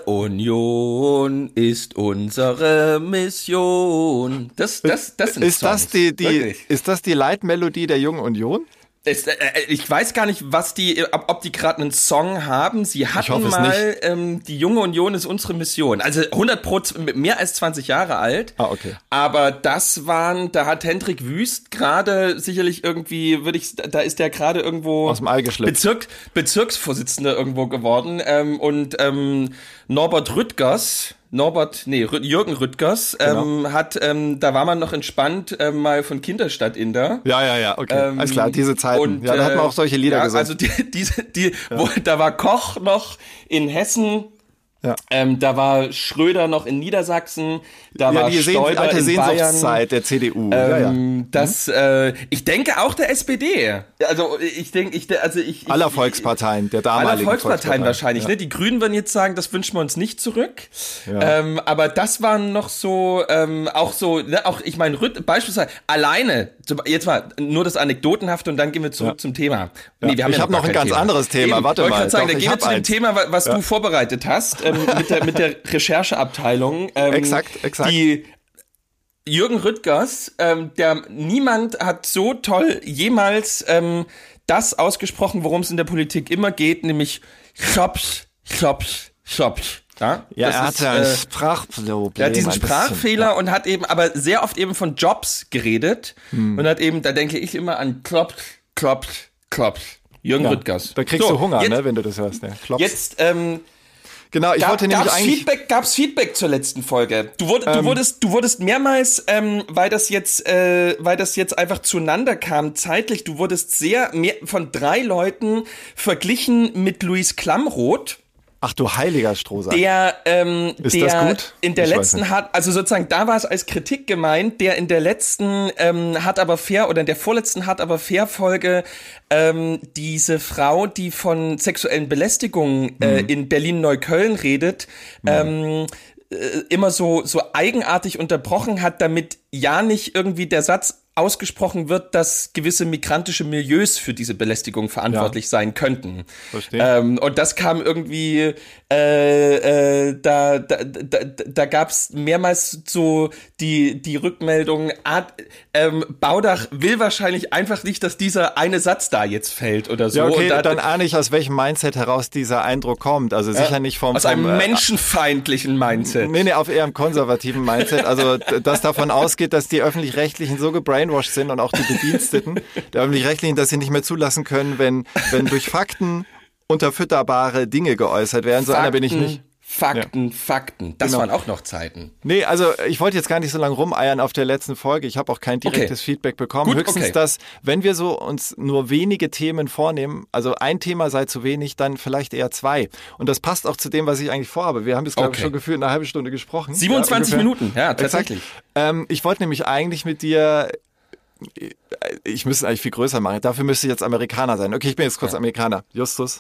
Speaker 7: Union ist unsere Mission. Das, das, das sind
Speaker 8: ist
Speaker 7: Songs.
Speaker 8: Das die, die, ist das die Leitmelodie der Jungen Union?
Speaker 7: Es, äh, ich weiß gar nicht, was die, ob, ob die gerade einen Song haben. Sie hatten
Speaker 8: hoffe,
Speaker 7: mal, ähm, die Junge Union ist unsere Mission. Also hundert Prozent, mehr als zwanzig Jahre alt.
Speaker 8: Ah, okay.
Speaker 7: Aber das waren, da hat Hendrik Wüst gerade sicherlich irgendwie, würde ich, da ist der gerade irgendwo
Speaker 8: aus dem Ei geschleppt.
Speaker 7: Bezirk, Bezirksvorsitzender irgendwo geworden. Ähm, und ähm, Norbert Rüttgers, Norbert, nee, Jürgen Rüttgers, ähm, genau. hat, ähm, da war man noch entspannt, ähm, mal von Kinderstadt in da.
Speaker 8: Ja, ja, ja, okay.
Speaker 7: Ähm,
Speaker 8: Alles klar, diese Zeiten.
Speaker 7: Und,
Speaker 8: ja, da hat man auch solche Lieder
Speaker 7: ja,
Speaker 8: gesungen.
Speaker 7: Also die, diese, die, ja. wo, da war Koch noch in Hessen.
Speaker 8: Ja.
Speaker 7: Ähm, da war Schröder noch in Niedersachsen, da
Speaker 8: ja,
Speaker 7: war
Speaker 8: die
Speaker 7: Stoiber
Speaker 8: alte
Speaker 7: in Bayern.
Speaker 8: Sehnsuchtszeit der C D U.
Speaker 7: Ähm,
Speaker 8: ja, ja.
Speaker 7: Das, äh, ich denke auch der S P D. Also ich denke, ich, also ich,
Speaker 8: aller
Speaker 7: ich,
Speaker 8: Volksparteien, der damaligen
Speaker 7: aller Volksparteien,
Speaker 8: Volksparteien
Speaker 7: wahrscheinlich.
Speaker 8: Ja.
Speaker 7: Ne? Die Grünen würden jetzt sagen, das wünschen wir uns nicht zurück.
Speaker 8: Ja.
Speaker 7: Ähm, aber das waren noch so, ähm, auch so, ne, auch ich meine, beispielsweise alleine. Jetzt mal nur das Anekdotenhafte und dann gehen wir zurück
Speaker 8: ja.
Speaker 7: zum Thema.
Speaker 8: Ja. Nee, wir haben ich ja habe noch ein ganz Thema. anderes Thema.
Speaker 7: Eben,
Speaker 8: Warte
Speaker 7: mal.
Speaker 8: Ich
Speaker 7: wollte sagen,
Speaker 8: Doch,
Speaker 7: dann gehen wir zu dem
Speaker 8: eins.
Speaker 7: Thema, was
Speaker 8: ja.
Speaker 7: du vorbereitet hast ähm, mit der mit der Rechercheabteilung. Ähm,
Speaker 8: exakt, exakt.
Speaker 7: Die Jürgen Rüttgers, ähm, der niemand hat so toll jemals ähm, das ausgesprochen, worum es in der Politik immer geht, nämlich Shops, Shops, Shops. Ja,
Speaker 8: Ja,
Speaker 7: das
Speaker 8: er
Speaker 7: ist,
Speaker 8: hatte ein
Speaker 7: äh,
Speaker 8: Sprachproblem.
Speaker 7: Er hat diesen
Speaker 8: ein bisschen.
Speaker 7: Sprachfehler
Speaker 8: Ja.
Speaker 7: und hat eben aber sehr oft eben von Jobs geredet
Speaker 8: Hm.
Speaker 7: und hat eben, da denke ich immer an Klopp, Klopp, Klopp, Jürgen
Speaker 8: Ja,
Speaker 7: Rüttgers.
Speaker 8: da kriegst
Speaker 7: So,
Speaker 8: du Hunger,
Speaker 7: jetzt,
Speaker 8: ne, wenn du das hörst. Ja. Klops.
Speaker 7: Jetzt, ähm,
Speaker 8: genau, ich
Speaker 7: Gab,
Speaker 8: wollte nämlich
Speaker 7: gab's
Speaker 8: eigentlich...
Speaker 7: Feedback, gab's Feedback zur letzten Folge? Du, wurde, du
Speaker 8: Ähm,
Speaker 7: wurdest, du wurdest mehrmals, ähm, weil das jetzt, äh, weil das jetzt einfach zueinander kam zeitlich. Du wurdest sehr mehr von drei Leuten verglichen mit Luis Klamroth.
Speaker 8: Ach du heiliger Strohsack.
Speaker 7: Der, ähm,
Speaker 8: Ist
Speaker 7: der
Speaker 8: das gut?
Speaker 7: in der
Speaker 8: Ich weiß
Speaker 7: letzten
Speaker 8: nicht.
Speaker 7: hat, also sozusagen, da war es als Kritik gemeint, der in der letzten ähm, hat aber fair oder in der vorletzten hat aber fair Folge ähm, diese Frau, die von sexuellen Belästigungen äh,
Speaker 8: Mhm.
Speaker 7: in Berlin-Neukölln redet, ähm, äh, immer so so eigenartig unterbrochen hat, damit ja nicht irgendwie der Satz ausgesprochen wird, dass gewisse migrantische Milieus für diese Belästigung verantwortlich
Speaker 8: Ja.
Speaker 7: sein könnten.
Speaker 8: Verstehe.
Speaker 7: Ähm, und das kam irgendwie, äh, äh, da, da, da, da gab's mehrmals so die, die Rückmeldung, ah, ähm, Baudach will wahrscheinlich einfach nicht, dass dieser eine Satz da jetzt fällt oder so.
Speaker 8: Ja, okay,
Speaker 7: und da,
Speaker 8: dann ahne ich, aus welchem Mindset heraus dieser Eindruck kommt. Also sicher nicht vom...
Speaker 7: aus
Speaker 8: vom,
Speaker 7: einem
Speaker 8: äh,
Speaker 7: menschenfeindlichen Mindset.
Speaker 8: Nee, nee, auf eher einem konservativen Mindset. Also, d- das davon ausgeht, dass die Öffentlich-Rechtlichen so gebrainwashed sind und auch die Bediensteten der Öffentlich-Rechtlichen, dass sie nicht mehr zulassen können, wenn, wenn durch Fakten unterfütterbare Dinge geäußert werden. So einer bin ich nicht.
Speaker 7: Fakten, Fakten. Das
Speaker 8: Genau.
Speaker 7: waren auch noch Zeiten.
Speaker 8: Nee, also ich wollte jetzt gar nicht so lange rumeiern auf der letzten Folge. Ich habe auch kein direktes
Speaker 7: Okay.
Speaker 8: Feedback bekommen.
Speaker 7: Gut,
Speaker 8: Höchstens,
Speaker 7: okay.
Speaker 8: dass, wenn wir so uns nur wenige Themen vornehmen, also ein Thema sei zu wenig, dann vielleicht eher zwei. Und das passt auch zu dem, was ich eigentlich vorhabe. Wir haben jetzt, glaube ich,
Speaker 7: Okay.
Speaker 8: schon gefühlt eine halbe Stunde gesprochen.
Speaker 7: siebenundzwanzig
Speaker 8: Ja,
Speaker 7: Minuten, ja, tatsächlich.
Speaker 8: Ähm, ich wollte nämlich eigentlich mit dir, ich müsste es eigentlich viel größer machen, dafür müsste ich jetzt Amerikaner sein. Okay, ich bin jetzt kurz
Speaker 7: Ja.
Speaker 8: Amerikaner. Justus,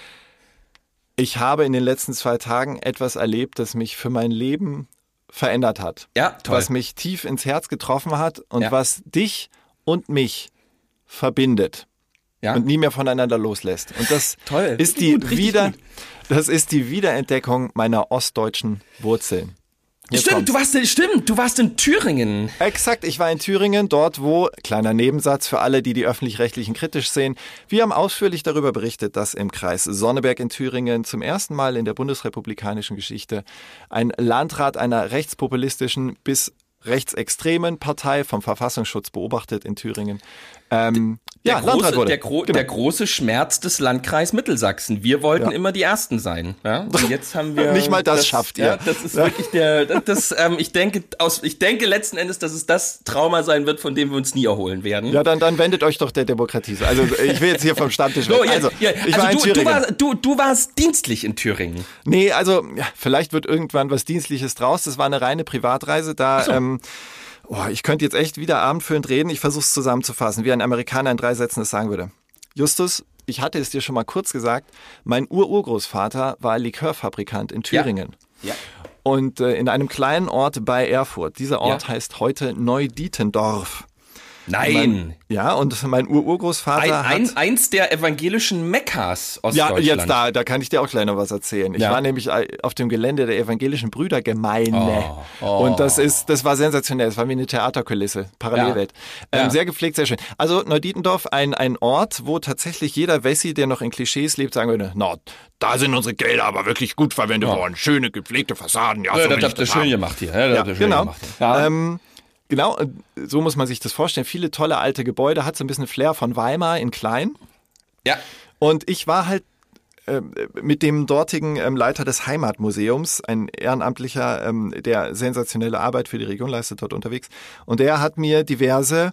Speaker 8: ich habe in den letzten zwei Tagen etwas erlebt, das mich für mein Leben verändert hat.
Speaker 7: Ja, toll.
Speaker 8: Was mich tief ins Herz getroffen hat und
Speaker 7: Ja.
Speaker 8: was dich und mich verbindet
Speaker 7: Ja.
Speaker 8: und nie mehr voneinander loslässt. Und das
Speaker 7: Toll.
Speaker 8: ist
Speaker 7: Richtig
Speaker 8: die
Speaker 7: gut, richtig
Speaker 8: wieder,
Speaker 7: gut.
Speaker 8: das ist die Wiederentdeckung meiner ostdeutschen Wurzeln. Jetzt
Speaker 7: Stimmt,
Speaker 8: kommt's.
Speaker 7: du warst in, stimmt, du warst in Thüringen.
Speaker 8: Exakt, ich war in Thüringen, dort wo, kleiner Nebensatz für alle, die die Öffentlich-Rechtlichen kritisch sehen, wir haben ausführlich darüber berichtet, dass im Kreis Sonneberg in Thüringen zum ersten Mal in der bundesrepublikanischen Geschichte ein Landrat einer rechtspopulistischen bis rechtsextremen Partei vom Verfassungsschutz beobachtet in Thüringen. Ähm,
Speaker 7: Der,
Speaker 8: ja, Landrat
Speaker 7: große,
Speaker 8: wurde.
Speaker 7: der, gro
Speaker 8: Genau.
Speaker 7: der große Schmerz des Landkreis Mittelsachsen. Wir wollten
Speaker 8: Ja.
Speaker 7: immer die Ersten sein. Ja? Und jetzt haben wir
Speaker 8: Nicht mal das schafft ihr.
Speaker 7: Ja, das ist
Speaker 8: Ja.
Speaker 7: wirklich der. Das, das, ähm, ich denke aus. Ich denke letzten Endes, dass es das Trauma sein wird, von dem wir uns nie erholen werden.
Speaker 8: Ja, dann, dann wendet euch doch der Demokratie. Also ich will jetzt hier vom Stammtisch
Speaker 7: So,
Speaker 8: weg.
Speaker 7: ja,
Speaker 8: Also,
Speaker 7: ja,
Speaker 8: ich
Speaker 7: also
Speaker 8: war in
Speaker 7: du, du,
Speaker 8: Thüringen.
Speaker 7: warst, du, du warst dienstlich in Thüringen.
Speaker 8: Nee, also ja, vielleicht wird irgendwann was Dienstliches draus. Das war eine reine Privatreise. Da,
Speaker 7: so.
Speaker 8: ähm, oh, ich könnte jetzt echt wieder abendfüllend reden. Ich versuche es zusammenzufassen, wie ein Amerikaner in drei Sätzen das sagen würde. Justus, ich hatte es dir schon mal kurz gesagt, mein Ururgroßvater war Likörfabrikant in Thüringen.
Speaker 7: Ja.
Speaker 8: Und äh, in einem kleinen Ort bei Erfurt. Dieser Ort
Speaker 7: Ja.
Speaker 8: heißt heute Neudietendorf.
Speaker 7: Nein.
Speaker 8: Mein, ja, und mein Ururgroßvater
Speaker 7: Ein,
Speaker 8: hat...
Speaker 7: ein, eins der evangelischen Mekkas
Speaker 8: Ja,
Speaker 7: Ostdeutschlands.
Speaker 8: jetzt da, da kann ich dir auch gleich noch was erzählen. Ich
Speaker 7: Ja.
Speaker 8: war nämlich auf dem Gelände der evangelischen Brüdergemeinde.
Speaker 7: Oh, oh.
Speaker 8: Und das ist, das war sensationell. Es war wie eine Theaterkulisse, Parallelwelt.
Speaker 7: Ja.
Speaker 8: Ähm,
Speaker 7: Ja.
Speaker 8: Sehr gepflegt, sehr schön. Also Neudietendorf, ein, ein Ort, wo tatsächlich jeder Wessi, der noch in Klischees lebt, sagen würde, na, da sind unsere Gelder aber wirklich gut verwendet
Speaker 7: Ja.
Speaker 8: worden. Schöne, gepflegte Fassaden. Ja,
Speaker 7: Ja,
Speaker 8: so
Speaker 7: das
Speaker 8: will ich
Speaker 7: habt ihr
Speaker 8: das
Speaker 7: schön
Speaker 8: haben.
Speaker 7: gemacht hier. Ja, das
Speaker 8: Ja,
Speaker 7: habt ihr schön
Speaker 8: genau.
Speaker 7: gemacht hier. Ja.
Speaker 8: Ähm, genau, äh, so muss man sich das vorstellen. Viele tolle alte Gebäude, hat so ein bisschen Flair von Weimar in klein.
Speaker 7: ja.
Speaker 8: Und ich war halt äh, mit dem dortigen ähm, Leiter des Heimatmuseums, ein Ehrenamtlicher, ähm, der sensationelle Arbeit für die Region leistet, dort unterwegs. Und der hat mir diverse,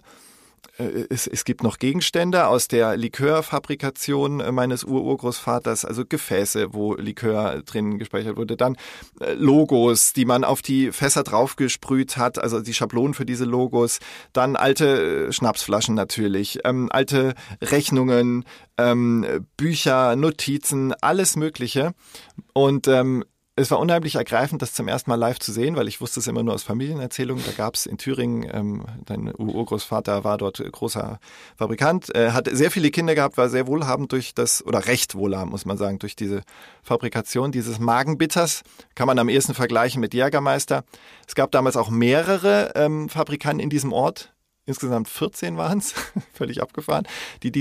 Speaker 8: äh, es, es gibt noch Gegenstände aus der Likörfabrikation äh, meines Ururgroßvaters, also Gefäße, wo Likör drin gespeichert wurde, dann äh, Logos, die man auf die Fässer draufgesprüht hat, also die Schablonen für diese Logos, dann alte äh, Schnapsflaschen natürlich, ähm, alte Rechnungen, ähm, Bücher, Notizen, alles Mögliche. Und ähm, es war unheimlich ergreifend, das zum ersten Mal live zu sehen, weil ich wusste es immer nur aus Familienerzählungen. Da gab es in Thüringen, ähm, dein Urgroßvater war dort großer Fabrikant, äh, hat sehr viele Kinder gehabt, war sehr wohlhabend durch das, oder recht wohlhabend, muss man sagen, durch diese Fabrikation dieses Magenbitters. Kann man am ehesten vergleichen mit Jägermeister. Es gab damals auch mehrere ähm, Fabrikanten in diesem Ort. Insgesamt vierzehn waren es, völlig abgefahren, die diesen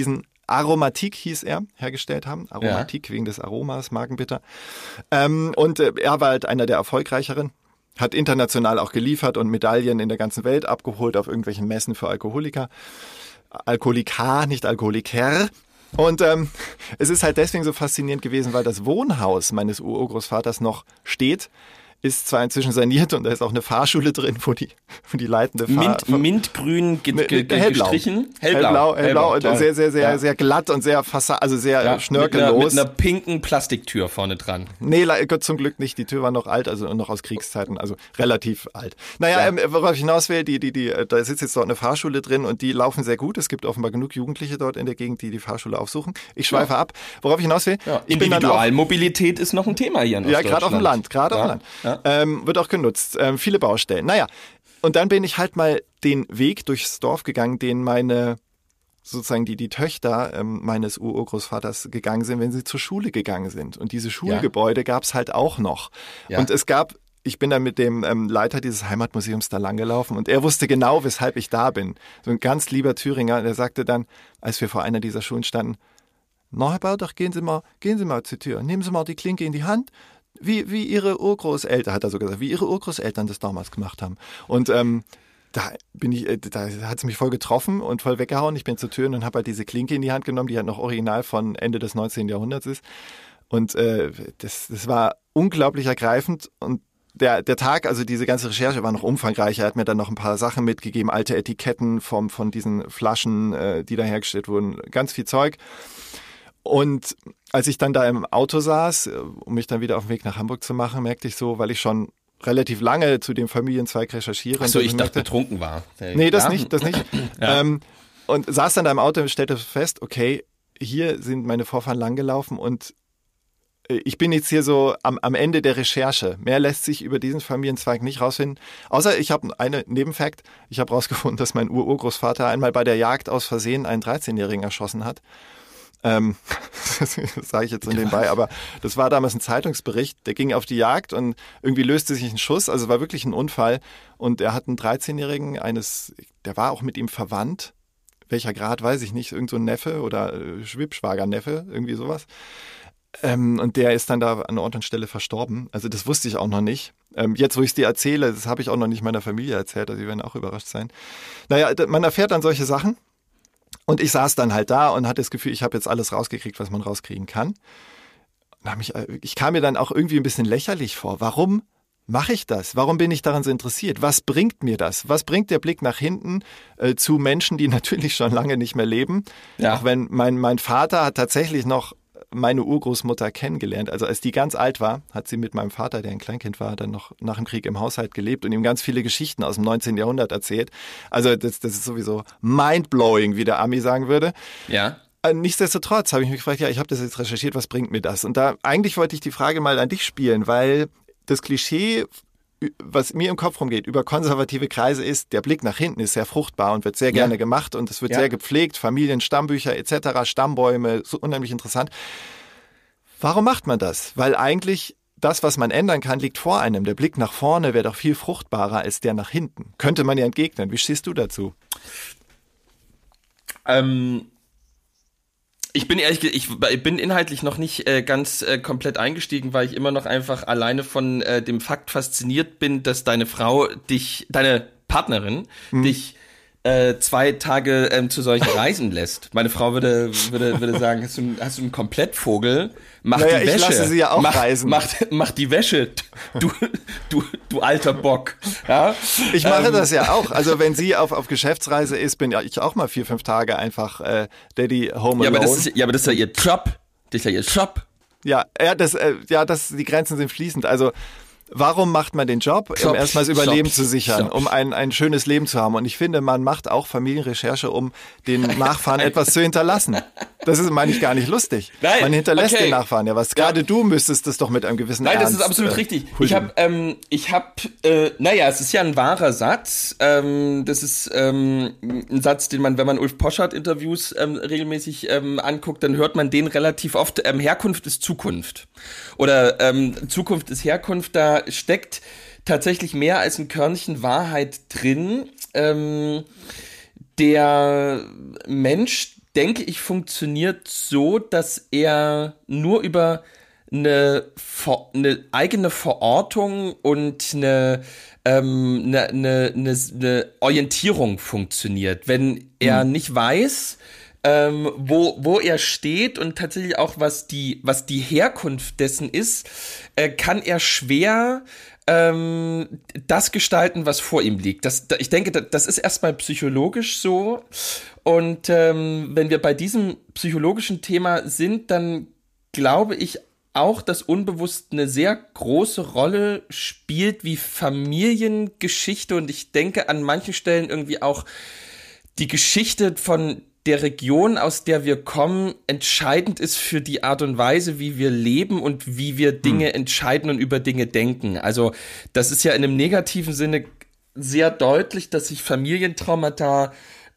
Speaker 8: Aromatik hieß er, hergestellt haben. Aromatik ja. wegen des Aromas, Magenbitter. Ähm, und äh, er war halt einer der erfolgreicheren. Hat international auch geliefert und Medaillen in der ganzen Welt abgeholt auf irgendwelchen Messen für Alkoholiker. Alkoholiker, nicht Alkoholiker. Und ähm, es ist halt deswegen so faszinierend gewesen, weil das Wohnhaus meines Urgroßvaters noch steht. Ist zwar inzwischen saniert und da ist auch eine Fahrschule drin, wo die, wo die leitende Fahr...
Speaker 7: Mint, Mintgrün ge, ge, ge,
Speaker 8: hellblau.
Speaker 7: gestrichen.
Speaker 8: Hellblau, hellblau, hellblau und sehr, sehr, sehr,
Speaker 7: ja.
Speaker 8: sehr glatt und sehr fassa, also sehr
Speaker 7: ja,
Speaker 8: schnörkellos.
Speaker 7: Mit einer, mit einer pinken Plastiktür vorne dran.
Speaker 8: Nee, Gott zum Glück nicht. Die Tür war noch alt, also noch aus Kriegszeiten, also relativ alt. Naja, ja. ähm, worauf ich hinaus will, die, die, die, da sitzt jetzt dort eine Fahrschule drin und die laufen sehr gut. Es gibt offenbar genug Jugendliche dort in der Gegend, die die Fahrschule aufsuchen. Ich schweife ja. ab. Worauf ich hinaus will.
Speaker 7: Ja. Individualmobilität ist noch ein Thema hier in
Speaker 8: Ja, gerade auf dem Land, gerade
Speaker 7: ja.
Speaker 8: auf dem Land.
Speaker 7: Ja.
Speaker 8: Ähm, wird auch genutzt. Ähm, viele Baustellen. Naja, und dann bin ich halt mal den Weg durchs Dorf gegangen, den meine, sozusagen die, die Töchter ähm, meines Urgroßvaters gegangen sind, wenn sie zur Schule gegangen sind. Und diese Schulgebäude ja. gab es halt auch noch. Ja. Und es gab, ich bin dann mit dem ähm, Leiter dieses Heimatmuseums da langgelaufen und er wusste genau, weshalb ich da bin. So ein ganz lieber Thüringer, der sagte dann, als wir vor einer dieser Schulen standen, na Herr Baudach, gehen Sie mal, gehen Sie mal zur Tür, nehmen Sie mal die Klinke in die Hand, Wie, wie ihre Urgroßeltern, hat er so gesagt, wie ihre Urgroßeltern das damals gemacht haben. Und ähm, da bin ich, da hat es mich voll getroffen und voll weggehauen. Ich bin zur Tür und habe halt diese Klinke in die Hand genommen, die halt noch original von Ende des neunzehnten Jahrhunderts ist. Und äh, das, das war unglaublich ergreifend. Und der, der Tag, also diese ganze Recherche war noch umfangreicher. Er hat mir dann noch ein paar Sachen mitgegeben, alte Etiketten vom, von diesen Flaschen, äh, die da hergestellt wurden, ganz viel Zeug. Und als ich dann da im Auto saß, um mich dann wieder auf den Weg nach Hamburg zu machen, merkte ich so, weil ich schon relativ lange zu dem Familienzweig recherchiere.
Speaker 7: Achso, ich
Speaker 8: und
Speaker 7: dachte, betrunken war.
Speaker 8: Nee, das ja. nicht, das nicht.
Speaker 7: Ja.
Speaker 8: Ähm, und saß dann da im Auto und stellte fest, okay, hier sind meine Vorfahren langgelaufen und ich bin jetzt hier so am, am Ende der Recherche. Mehr lässt sich über diesen Familienzweig nicht rausfinden. Außer ich habe eine Nebenfakt. Ich habe rausgefunden, dass mein Urgroßvater einmal bei der Jagd aus Versehen einen dreizehnjährigen erschossen hat. Ähm, das sage ich jetzt so nebenbei, aber das war damals ein Zeitungsbericht, der ging auf die Jagd und irgendwie löste sich ein Schuss, also es war wirklich ein Unfall und er hat einen dreizehnjährigen eines, der war auch mit ihm verwandt, welcher Grad, weiß ich nicht, irgend so ein Neffe oder äh, Schwibschwagerneffe, irgendwie sowas. Ähm, und der ist dann da an Ort und Stelle verstorben, also das wusste ich auch noch nicht. Ähm, jetzt, wo ich es dir erzähle, das habe ich auch noch nicht meiner Familie erzählt, also die werden auch überrascht sein. Naja, man erfährt dann solche Sachen. Und ich saß dann halt da und hatte das Gefühl, ich habe jetzt alles rausgekriegt, was man rauskriegen kann. Ich, ich kam mir dann auch irgendwie ein bisschen lächerlich vor. Warum mache ich das? Warum bin ich daran so interessiert? Was bringt mir das? Was bringt der Blick nach hinten äh, zu Menschen, die natürlich schon lange nicht mehr leben? Ja. Auch wenn mein, mein Vater hat tatsächlich noch meine Urgroßmutter kennengelernt. Also als die ganz alt war, hat sie mit meinem Vater, der ein Kleinkind war, dann noch nach dem Krieg im Haushalt gelebt und ihm ganz viele Geschichten aus dem neunzehnten Jahrhundert erzählt. Also das, das ist sowieso mindblowing, wie der Ami sagen würde.
Speaker 7: Ja.
Speaker 8: Nichtsdestotrotz habe ich mich gefragt, ja, ich habe das jetzt recherchiert, was bringt mir das? Und da eigentlich wollte ich die Frage mal an dich spielen, weil das Klischee, was mir im Kopf rumgeht, über konservative Kreise ist, der Blick nach hinten ist sehr fruchtbar und wird sehr gerne ja. gemacht und es wird ja. sehr gepflegt, Familien, Stammbücher et cetera, Stammbäume, so unheimlich interessant. Warum macht man das? Weil eigentlich das, was man ändern kann, liegt vor einem. Der Blick nach vorne wäre doch viel fruchtbarer als der nach hinten. Könnte man ja entgegnen. Wie stehst du dazu?
Speaker 7: Ähm... Ich bin ehrlich, ich bin inhaltlich noch nicht äh, ganz äh, komplett eingestiegen, weil ich immer noch einfach alleine von äh, dem Fakt fasziniert bin, dass deine Frau dich, deine Partnerin, hm. dich äh, zwei Tage ähm, zu solchen Reisen lässt. Meine Frau würde würde würde sagen, hast du, hast du einen Komplettvogel? Mach naja, die Wäsche. Ich lasse
Speaker 8: sie ja auch
Speaker 7: mach,
Speaker 8: reisen.
Speaker 7: Mach, mach die Wäsche, du du du alter Bock. Ja?
Speaker 8: Ich mache
Speaker 7: ähm,
Speaker 8: das ja auch. Also wenn sie auf auf Geschäftsreise ist, bin ja ich auch mal vier fünf Tage einfach äh, Daddy home alone.
Speaker 7: Ja, aber das ist ja, aber das ist ja ihr Job. Das ist ja ihr Job.
Speaker 8: Ja, ja, das äh, ja, das die Grenzen sind fließend. Also warum macht man den Job? Um erstmal das Überleben Job, zu sichern, Job. um ein, ein schönes Leben zu haben. Und ich finde, man macht auch Familienrecherche, um den Nachfahren etwas zu hinterlassen. Das ist, meine ich, gar nicht lustig. Nein, man hinterlässt okay. den Nachfahren ja was. Gerade ja. du müsstest das doch mit einem gewissen
Speaker 7: Nein,
Speaker 8: Ernst,
Speaker 7: das ist absolut
Speaker 8: äh,
Speaker 7: richtig. Ich habe, ähm, ich habe, äh, naja, es ist ja ein wahrer Satz. Ähm, das ist ähm, ein Satz, den man, wenn man Ulf Poschardt-Interviews ähm, regelmäßig ähm, anguckt, dann hört man den relativ oft. Ähm, Herkunft ist Zukunft. Oder ähm, Zukunft ist Herkunft. Da steckt tatsächlich mehr als ein Körnchen Wahrheit drin. Ähm, der Mensch, denke ich, funktioniert so, dass er nur über eine, eine eigene Verortung und eine, ähm, eine, eine, eine Orientierung funktioniert. Wenn er hm. nicht weiß, ähm, wo, wo er steht und tatsächlich auch, was die, was die Herkunft dessen ist, äh, kann er schwer ähm, das gestalten, was vor ihm liegt. Das, ich denke, das ist erstmal psychologisch so. Und ähm, wenn wir bei diesem psychologischen Thema sind, dann glaube ich auch, dass unbewusst eine sehr große Rolle spielt, wie Familiengeschichte, und ich denke an manchen Stellen irgendwie auch die Geschichte von der Region, aus der wir kommen, entscheidend ist für die Art und Weise, wie wir leben und wie wir Dinge hm. entscheiden und über Dinge denken. Also das ist ja in einem negativen Sinne sehr deutlich, dass sich Familientraumata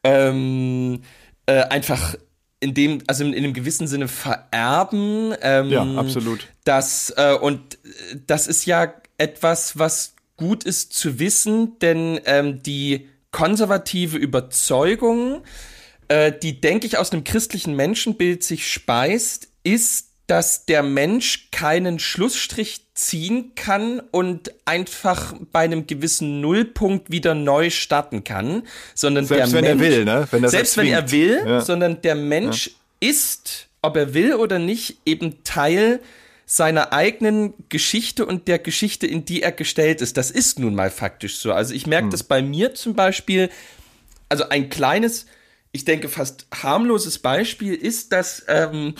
Speaker 7: ähm, äh, einfach in dem, also in, in einem gewissen Sinne vererben. Ähm,
Speaker 8: ja, absolut.
Speaker 7: Das, äh, und das ist ja etwas, was gut ist zu wissen, denn ähm, die konservative Überzeugung, äh, die, denke ich, aus einem christlichen Menschenbild sich speist, ist, dass der Mensch keinen Schlussstrich ziehen kann und einfach bei einem gewissen Nullpunkt wieder neu starten kann, sondern
Speaker 8: selbst
Speaker 7: der
Speaker 8: wenn
Speaker 7: Mensch,
Speaker 8: er will, ne? Wenn das
Speaker 7: selbst wenn er will,
Speaker 8: ja.
Speaker 7: sondern der Mensch ja. ist, ob er will oder nicht, eben Teil seiner eigenen Geschichte und der Geschichte, in die er gestellt ist. Das ist nun mal faktisch so. Also ich merke hm. das bei mir zum Beispiel, also ein kleines, ich denke fast harmloses Beispiel ist, dass ähm,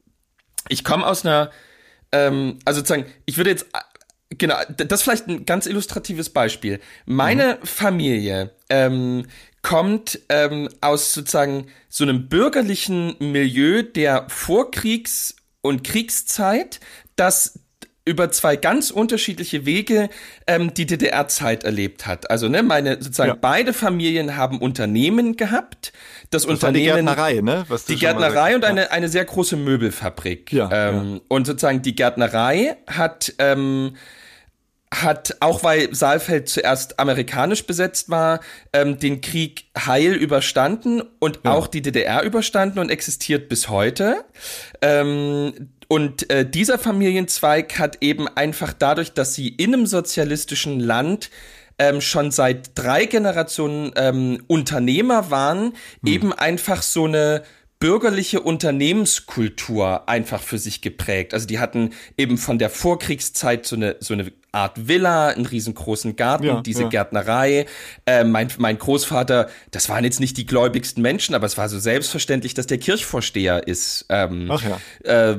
Speaker 7: ich komme aus einer, ähm, also sozusagen, ich würde jetzt, genau, das ist vielleicht ein ganz illustratives Beispiel. Meine mhm. Familie ähm, kommt ähm, aus sozusagen so einem bürgerlichen Milieu der Vorkriegs- und Kriegszeit, das über zwei ganz unterschiedliche Wege ähm, die D D R-Zeit erlebt hat. Also ne, meine sozusagen ja. beide Familien haben Unternehmen gehabt. Das, das Unternehmen,
Speaker 8: war die Gärtnerei, ne? Was du
Speaker 7: die Gärtnerei und
Speaker 8: ja.
Speaker 7: eine eine sehr große Möbelfabrik.
Speaker 8: Ja,
Speaker 7: ähm,
Speaker 8: ja.
Speaker 7: Und sozusagen die Gärtnerei hat ähm, hat, auch weil Saalfeld zuerst amerikanisch besetzt war, ähm, den Krieg heil überstanden und ja. auch die D D R überstanden und existiert bis heute. Ähm, und äh, dieser Familienzweig hat eben einfach dadurch, dass sie in einem sozialistischen Land ähm, schon seit drei Generationen ähm, Unternehmer waren, hm. eben einfach so eine bürgerliche Unternehmenskultur einfach für sich geprägt. Also die hatten eben von der Vorkriegszeit so eine so eine Art Villa, einen riesengroßen Garten,
Speaker 8: ja,
Speaker 7: diese
Speaker 8: ja.
Speaker 7: Gärtnerei. Äh, mein, mein Großvater, das waren jetzt nicht die gläubigsten Menschen, aber es war so selbstverständlich, dass der Kirchvorsteher ist. Ähm,
Speaker 8: Ach ja.
Speaker 7: Äh,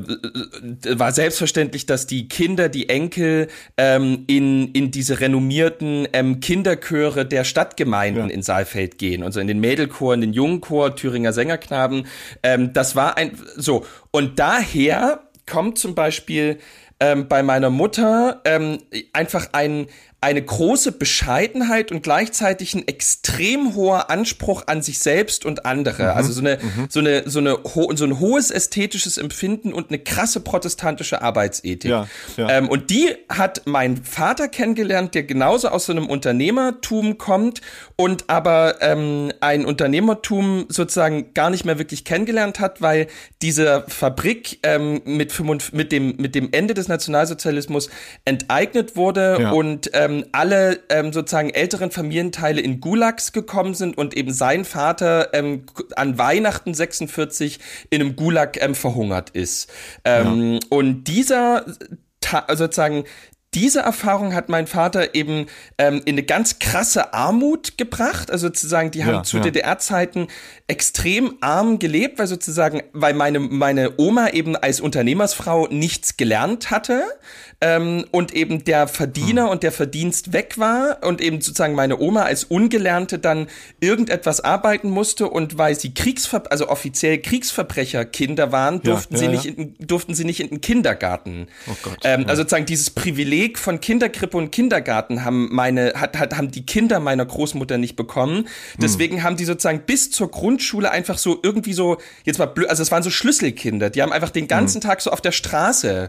Speaker 7: war selbstverständlich, dass die Kinder, die Enkel ähm, in, in diese renommierten ähm, Kinderchöre der Stadtgemeinden ja. in Saalfeld gehen. Und so in den Mädelchor, in den Jungenchor, Thüringer Sängerknaben. Ähm, das war ein, so. Und daher kommt zum Beispiel ähm, bei meiner Mutter ähm, einfach ein, eine große Bescheidenheit und gleichzeitig ein extrem hoher Anspruch an sich selbst und andere. Mhm. Also so eine, mhm. so eine, so eine, ho- so ein hohes ästhetisches Empfinden und eine krasse protestantische Arbeitsethik.
Speaker 8: Ja, ja.
Speaker 7: Ähm, und die hat mein Vater kennengelernt, der genauso aus so einem Unternehmertum kommt und aber ähm, ein Unternehmertum sozusagen gar nicht mehr wirklich kennengelernt hat, weil diese Fabrik ähm, mit, fünfund- mit dem, mit dem Ende des Nationalsozialismus enteignet wurde ja. und ähm, alle ähm, sozusagen älteren Familienteile in Gulags gekommen sind und eben sein Vater ähm, an Weihnachten sechsundvierzig in einem Gulag ähm, verhungert ist. Ähm, ja. Und dieser ta- sozusagen Diese Erfahrung hat mein Vater eben ähm, in eine ganz krasse Armut gebracht. Also sozusagen, die haben ja, zu ja. D D R-Zeiten extrem arm gelebt, weil sozusagen, weil meine meine Oma eben als Unternehmersfrau nichts gelernt hatte ähm, und eben der Verdiener hm. und der Verdienst weg war und eben sozusagen meine Oma als Ungelernte dann irgendetwas arbeiten musste und weil sie Kriegsver also offiziell Kriegsverbrecherkinder waren, durften ja, ja, sie nicht ja. in, durften sie nicht in den Kindergarten.
Speaker 8: Oh Gott,
Speaker 7: ähm,
Speaker 8: ja.
Speaker 7: Also sozusagen dieses Privileg von Kinderkrippe und Kindergarten haben meine hat, hat haben die Kinder meiner Großmutter nicht bekommen. Deswegen hm. haben die sozusagen bis zur Grundschule einfach so irgendwie so jetzt mal blöd, also es waren so Schlüsselkinder, die haben einfach den ganzen hm. Tag so auf der Straße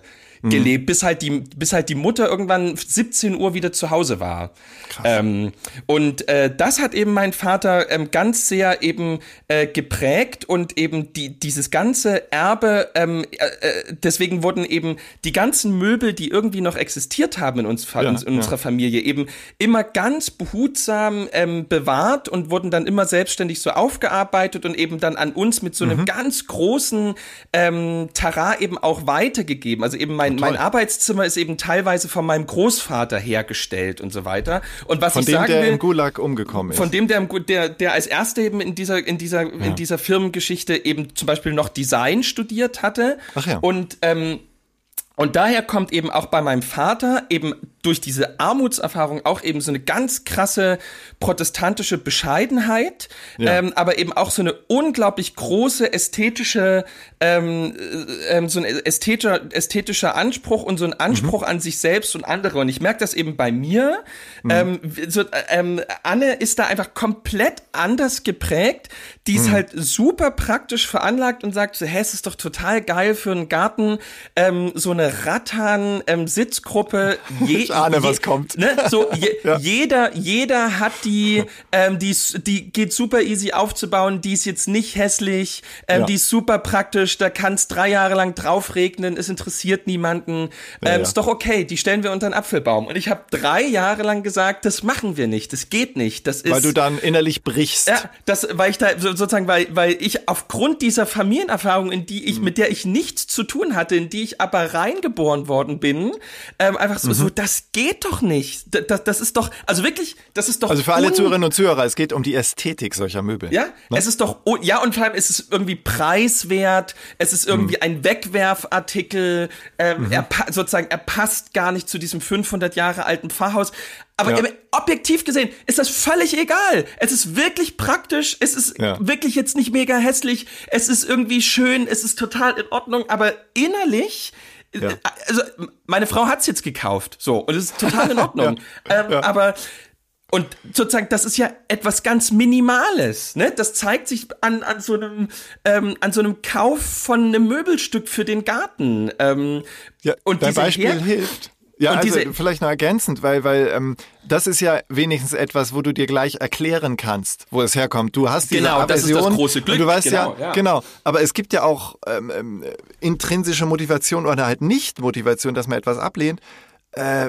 Speaker 7: gelebt, bis halt die, bis halt die Mutter irgendwann siebzehn Uhr wieder zu Hause war. Krass. Ähm, und äh, das hat eben mein Vater ähm, ganz sehr eben äh, geprägt und eben die, dieses ganze Erbe, ähm, äh, deswegen wurden eben die ganzen Möbel, die irgendwie noch existiert haben in, uns, ja, in ja. unserer Familie, eben immer ganz behutsam ähm, bewahrt und wurden dann immer selbstständig so aufgearbeitet und eben dann an uns mit so einem mhm. ganz großen ähm, Terrain eben auch weitergegeben. Also eben mein, mein Arbeitszimmer ist eben teilweise von meinem Großvater hergestellt und so weiter. Und was
Speaker 8: von
Speaker 7: ich
Speaker 8: dem,
Speaker 7: sagen
Speaker 8: der
Speaker 7: will,
Speaker 8: im Gulag umgekommen ist.
Speaker 7: Von dem, der, der, der als erster eben in dieser, in dieser, ja. in dieser Firmengeschichte eben zum Beispiel noch Design studiert hatte.
Speaker 8: Ach ja.
Speaker 7: Und, ähm, und daher kommt eben auch bei meinem Vater eben durch diese Armutserfahrung auch eben so eine ganz krasse protestantische Bescheidenheit, ja. ähm, aber eben auch so eine unglaublich große ästhetische, ähm, ähm, so ein ästhetischer, ästhetischer Anspruch und so ein Anspruch mhm. an sich selbst und andere. Und ich merke das eben bei mir. Mhm. Ähm, so, ähm, Anne ist da einfach komplett anders geprägt. Die ist mhm. halt super praktisch veranlagt und sagt so, hey, es ist doch total geil für einen Garten, ähm, so eine Rattan-Sitzgruppe. Ähm, je,
Speaker 8: ich ahne, je, was kommt.
Speaker 7: Ne, so je,
Speaker 8: ja.
Speaker 7: jeder, jeder hat die, ähm, die, die geht super easy aufzubauen. Die ist jetzt nicht hässlich, ähm, ja. die ist super praktisch. Da kann es drei Jahre lang drauf regnen. Es interessiert niemanden. Ja, ähm, ja. Ist doch okay. Die stellen wir unter einen Apfelbaum. Und ich habe drei Jahre lang gesagt, das machen wir nicht. Das geht nicht. Das ist,
Speaker 8: weil du dann innerlich brichst.
Speaker 7: Ja, das, weil ich da sozusagen, weil, weil ich aufgrund dieser Familienerfahrung, in die ich, mhm. mit der ich nichts zu tun hatte, in die ich aber reingeboren worden bin, ähm, einfach so, mhm. so, das geht doch nicht. Das, das ist doch, also wirklich, das ist doch.
Speaker 8: Also für alle un- Zuhörerinnen und Zuhörer, es geht um die Ästhetik solcher Möbel.
Speaker 7: Ja,
Speaker 8: ne?
Speaker 7: Es ist doch, ja, und vor allem ist es irgendwie preiswert, es ist irgendwie mhm. ein Wegwerfartikel, ähm, mhm. er, sozusagen, er passt gar nicht zu diesem fünfhundert Jahre alten Pfarrhaus. Aber ja. objektiv gesehen ist das völlig egal. Es ist wirklich praktisch, es ist ja. wirklich jetzt nicht mega hässlich, es ist irgendwie schön, es ist total in Ordnung, aber innerlich, ja. also meine Frau hat's jetzt gekauft, so, und es ist total in Ordnung. ja. Ähm, ja. Aber und sozusagen, das ist ja etwas ganz Minimales, ne? Das zeigt sich an an so einem ähm, an so einem Kauf von einem Möbelstück für den Garten. Ähm,
Speaker 8: ja, und dein Beispiel Her- hilft. Ja,
Speaker 7: und
Speaker 8: also
Speaker 7: diese,
Speaker 8: vielleicht noch ergänzend, weil, weil ähm, das ist ja wenigstens etwas, wo du dir gleich erklären kannst, wo es herkommt. Du hast diese
Speaker 7: genau,
Speaker 8: Aversion.
Speaker 7: Das ist das große Glück.
Speaker 8: Und du weißt
Speaker 7: genau,
Speaker 8: ja,
Speaker 7: ja,
Speaker 8: genau. Aber es gibt ja auch ähm, intrinsische Motivation oder halt Nicht-Motivation, dass man etwas ablehnt. Äh,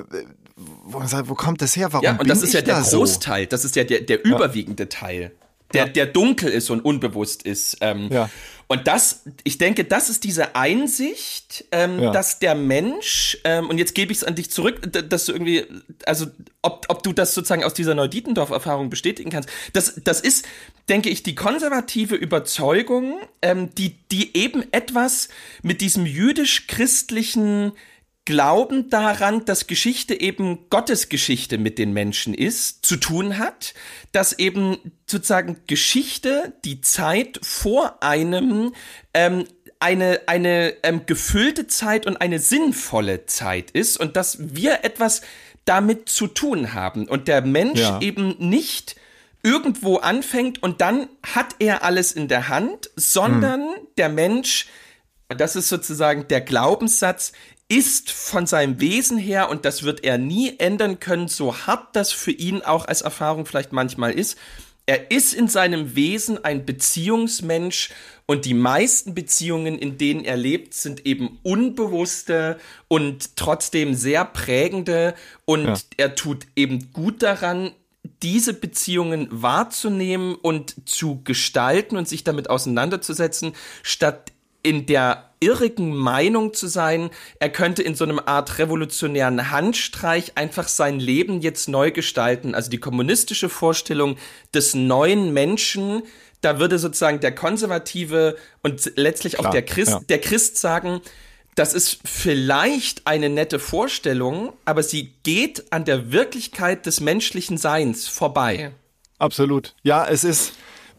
Speaker 8: wo man sagt, wo kommt das her? Warum
Speaker 7: ja, und
Speaker 8: bin
Speaker 7: das ist
Speaker 8: ich
Speaker 7: ja der
Speaker 8: da
Speaker 7: Großteil.
Speaker 8: So?
Speaker 7: Das ist ja der, der überwiegende ja. Teil. Der, ja. der dunkel ist und unbewusst ist. Ähm,
Speaker 8: ja.
Speaker 7: Und das, ich denke, das ist diese Einsicht, ähm, ja. dass der Mensch, ähm, und jetzt gebe ich es an dich zurück, dass du irgendwie, also ob, ob du das sozusagen aus dieser Neudietendorf-Erfahrung bestätigen kannst, das, das ist, denke ich, die konservative Überzeugung, ähm, die, die eben etwas mit diesem jüdisch-christlichen Glauben daran, dass Geschichte eben Gottes Geschichte mit den Menschen ist, zu tun hat, dass eben sozusagen Geschichte, die Zeit vor einem, ähm, eine, eine ähm, gefüllte Zeit und eine sinnvolle Zeit ist und dass wir etwas damit zu tun haben und der Mensch ja. eben nicht irgendwo anfängt und dann hat er alles in der Hand, sondern hm. der Mensch, und das ist sozusagen der Glaubenssatz, ist von seinem Wesen her, und das wird er nie ändern können, so hart das für ihn auch als Erfahrung vielleicht manchmal ist, er ist in seinem Wesen ein Beziehungsmensch und die meisten Beziehungen, in denen er lebt, sind eben unbewusste und trotzdem sehr prägende und ja. er tut eben gut daran, diese Beziehungen wahrzunehmen und zu gestalten und sich damit auseinanderzusetzen, statt in der irrigen Meinung zu sein, er könnte in so einem Art revolutionären Handstreich einfach sein Leben jetzt neu gestalten. Also die kommunistische Vorstellung des neuen Menschen, da würde sozusagen der Konservative und letztlich
Speaker 8: Klar,
Speaker 7: auch der Christ,
Speaker 8: ja.
Speaker 7: der Christ sagen, das ist vielleicht eine nette Vorstellung, aber sie geht an der Wirklichkeit des menschlichen Seins vorbei.
Speaker 8: Absolut. Ja, es ist...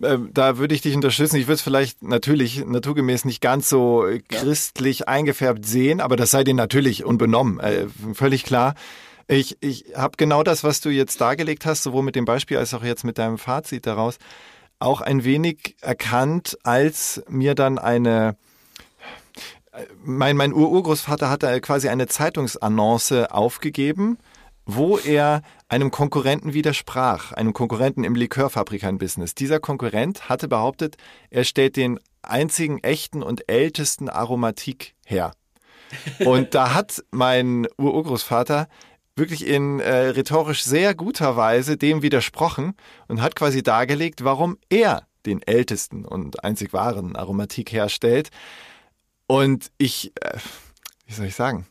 Speaker 8: Da würde ich dich unterstützen. Ich würde es vielleicht natürlich naturgemäß nicht ganz so christlich ja. eingefärbt sehen, aber das sei dir natürlich unbenommen, äh, völlig klar. Ich, ich habe genau das, was du jetzt dargelegt hast, sowohl mit dem Beispiel als auch jetzt mit deinem Fazit daraus, auch ein wenig erkannt, als mir dann eine mein, mein Ur-Urgroßvater hatte quasi eine Zeitungsannonce aufgegeben, wo er einem Konkurrenten widersprach, einem Konkurrenten im Likörfabrikanten-Business. Dieser Konkurrent hatte behauptet, er stellt den einzigen echten und ältesten Aromatik her. Und da hat mein Ur-Urgroßvater wirklich in äh, rhetorisch sehr guter Weise dem widersprochen und hat quasi dargelegt, warum er den ältesten und einzig wahren Aromatik herstellt. Und ich, äh, wie soll ich sagen,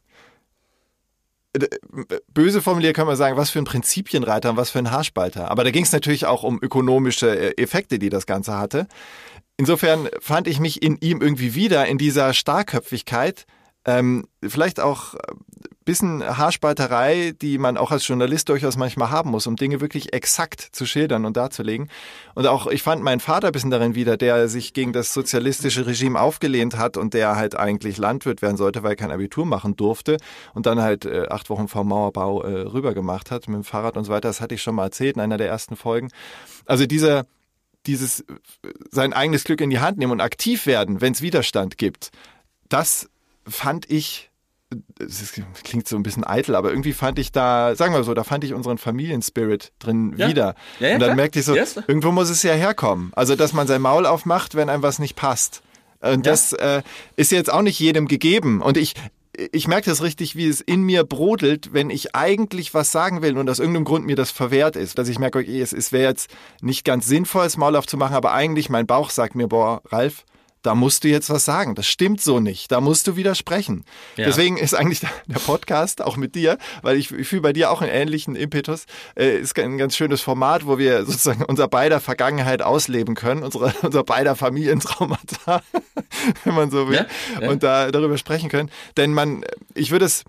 Speaker 8: böse formuliert kann man sagen, was für ein Prinzipienreiter und was für ein Haarspalter. Aber da ging es natürlich auch um ökonomische Effekte, die das Ganze hatte. Insofern fand ich mich in ihm irgendwie wieder in dieser Starrköpfigkeit, ähm, vielleicht auch ein bisschen Haarspalterei, die man auch als Journalist durchaus manchmal haben muss, um Dinge wirklich exakt zu schildern und darzulegen. Und auch, ich fand meinen Vater ein bisschen darin wieder, der sich gegen das sozialistische Regime aufgelehnt hat und der halt eigentlich Landwirt werden sollte, weil er kein Abitur machen durfte und dann halt äh, acht Wochen vor Mauerbau äh, rüber gemacht hat mit dem Fahrrad und so weiter. Das hatte ich schon mal erzählt in einer der ersten Folgen. Also dieser dieses sein eigenes Glück in die Hand nehmen und aktiv werden, wenn es Widerstand gibt, das fand ich, das klingt so ein bisschen eitel, aber irgendwie fand ich da, sagen wir so, da fand ich unseren Familienspirit drin ja. wieder. Ja, ja, und dann klar. merkte ich so, yes. irgendwo muss es ja herkommen. Also, dass man sein Maul aufmacht, wenn einem was nicht passt. Und ja. das äh, ist jetzt auch nicht jedem gegeben. Und ich Ich merke das richtig, wie es in mir brodelt, wenn ich eigentlich was sagen will und aus irgendeinem Grund mir das verwehrt ist. Dass ich merke, okay, es, es wäre jetzt nicht ganz sinnvoll, das Maul aufzumachen, aber eigentlich mein Bauch sagt mir, boah, Ralf, da musst du jetzt was sagen. Das stimmt so nicht. Da musst du widersprechen. Ja. Deswegen ist eigentlich der Podcast auch mit dir, weil ich, ich fühle bei dir auch einen ähnlichen Impetus, äh, ist ein ganz schönes Format, wo wir sozusagen unser beider Vergangenheit ausleben können, unsere, unser beider Familientraumata, wenn man so will, ja, ja. und da darüber sprechen können. Denn man, ich würde es,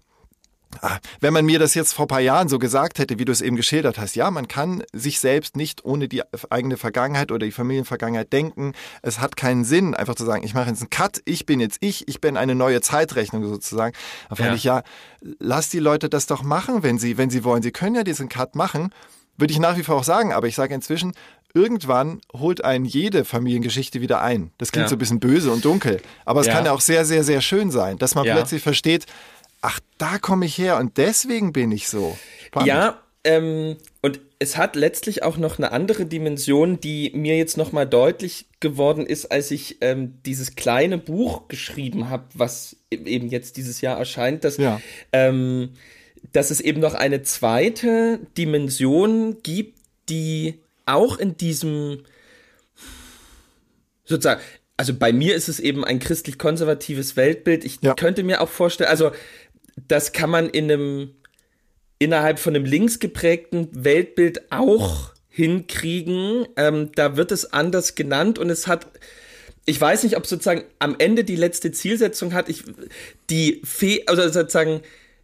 Speaker 8: wenn man mir das jetzt vor ein paar Jahren so gesagt hätte, wie du es eben geschildert hast, ja, man kann sich selbst nicht ohne die eigene Vergangenheit oder die Familienvergangenheit denken. Es hat keinen Sinn, einfach zu sagen, ich mache jetzt einen Cut, ich bin jetzt ich, ich bin eine neue Zeitrechnung sozusagen. Da fand ja. ich, ja, lass die Leute das doch machen, wenn sie, wenn sie wollen. Sie können ja diesen Cut machen, würde ich nach wie vor auch sagen, aber ich sage inzwischen, irgendwann holt einen jede Familiengeschichte wieder ein. Das klingt ja. so ein bisschen böse und dunkel, aber es ja. kann ja auch sehr, sehr, sehr schön sein, dass man ja. plötzlich versteht, ach, da komme ich her und deswegen bin ich so. Spannend.
Speaker 7: Ja, ähm, und es hat letztlich auch noch eine andere Dimension, die mir jetzt nochmal deutlich geworden ist, als ich ähm, dieses kleine Buch geschrieben habe, was eben jetzt dieses Jahr erscheint, dass, ja. ähm, dass es eben noch eine zweite Dimension gibt, die auch in diesem sozusagen, also bei mir ist es eben ein christlich-konservatives Weltbild. Ich ja. könnte mir auch vorstellen, also das kann man in einem, innerhalb von einem linksgeprägten Weltbild auch hinkriegen. Ähm, da wird es anders genannt und es hat, ich weiß nicht, ob sozusagen am Ende die letzte Zielsetzung hat, ich, die, Fe- also sozusagen,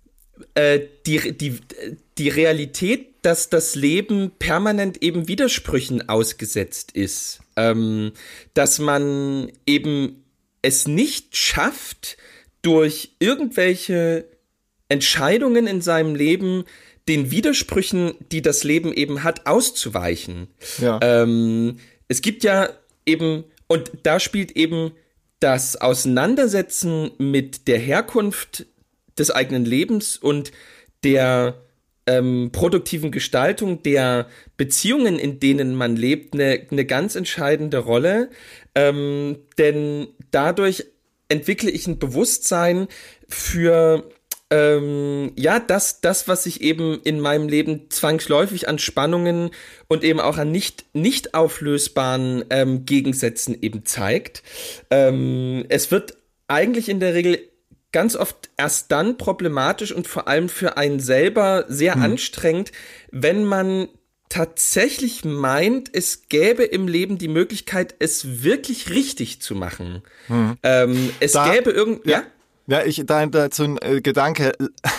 Speaker 7: äh, die, die, die Realität, dass das Leben permanent eben Widersprüchen ausgesetzt ist. Ähm, dass man eben es nicht schafft, durch irgendwelche Entscheidungen in seinem Leben den Widersprüchen, die das Leben eben hat, auszuweichen. Ja. Ähm, es gibt ja eben, und da spielt eben das Auseinandersetzen mit der Herkunft des eigenen Lebens und der ähm, produktiven Gestaltung der Beziehungen, in denen man lebt, eine, eine ganz entscheidende Rolle. Ähm, denn dadurch entwickle ich ein Bewusstsein für ähm, ja, das, das, was sich eben in meinem Leben zwangsläufig an Spannungen und eben auch an nicht, nicht auflösbaren ähm, Gegensätzen eben zeigt. Ähm, es wird eigentlich in der Regel ganz oft erst dann problematisch und vor allem für einen selber sehr hm. anstrengend, wenn man tatsächlich meint, es gäbe im Leben die Möglichkeit, es wirklich richtig zu machen. Hm. Ähm, es da, gäbe irgend... Ja?
Speaker 8: ja? Ja, ich da dazu ein äh, Gedanke,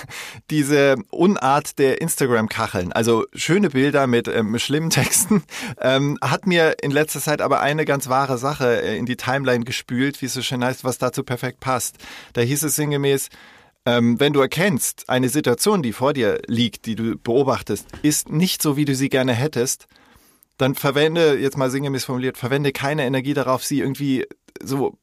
Speaker 8: diese Unart der Instagram-Kacheln, also schöne Bilder mit ähm, schlimmen Texten, ähm, hat mir in letzter Zeit aber eine ganz wahre Sache äh, in die Timeline gespült, wie es so schön heißt, was dazu perfekt passt. Da hieß es sinngemäß, ähm, wenn du erkennst, eine Situation, die vor dir liegt, die du beobachtest, ist nicht so, wie du sie gerne hättest, dann verwende, jetzt mal sinngemäß formuliert, verwende keine Energie darauf, sie irgendwie so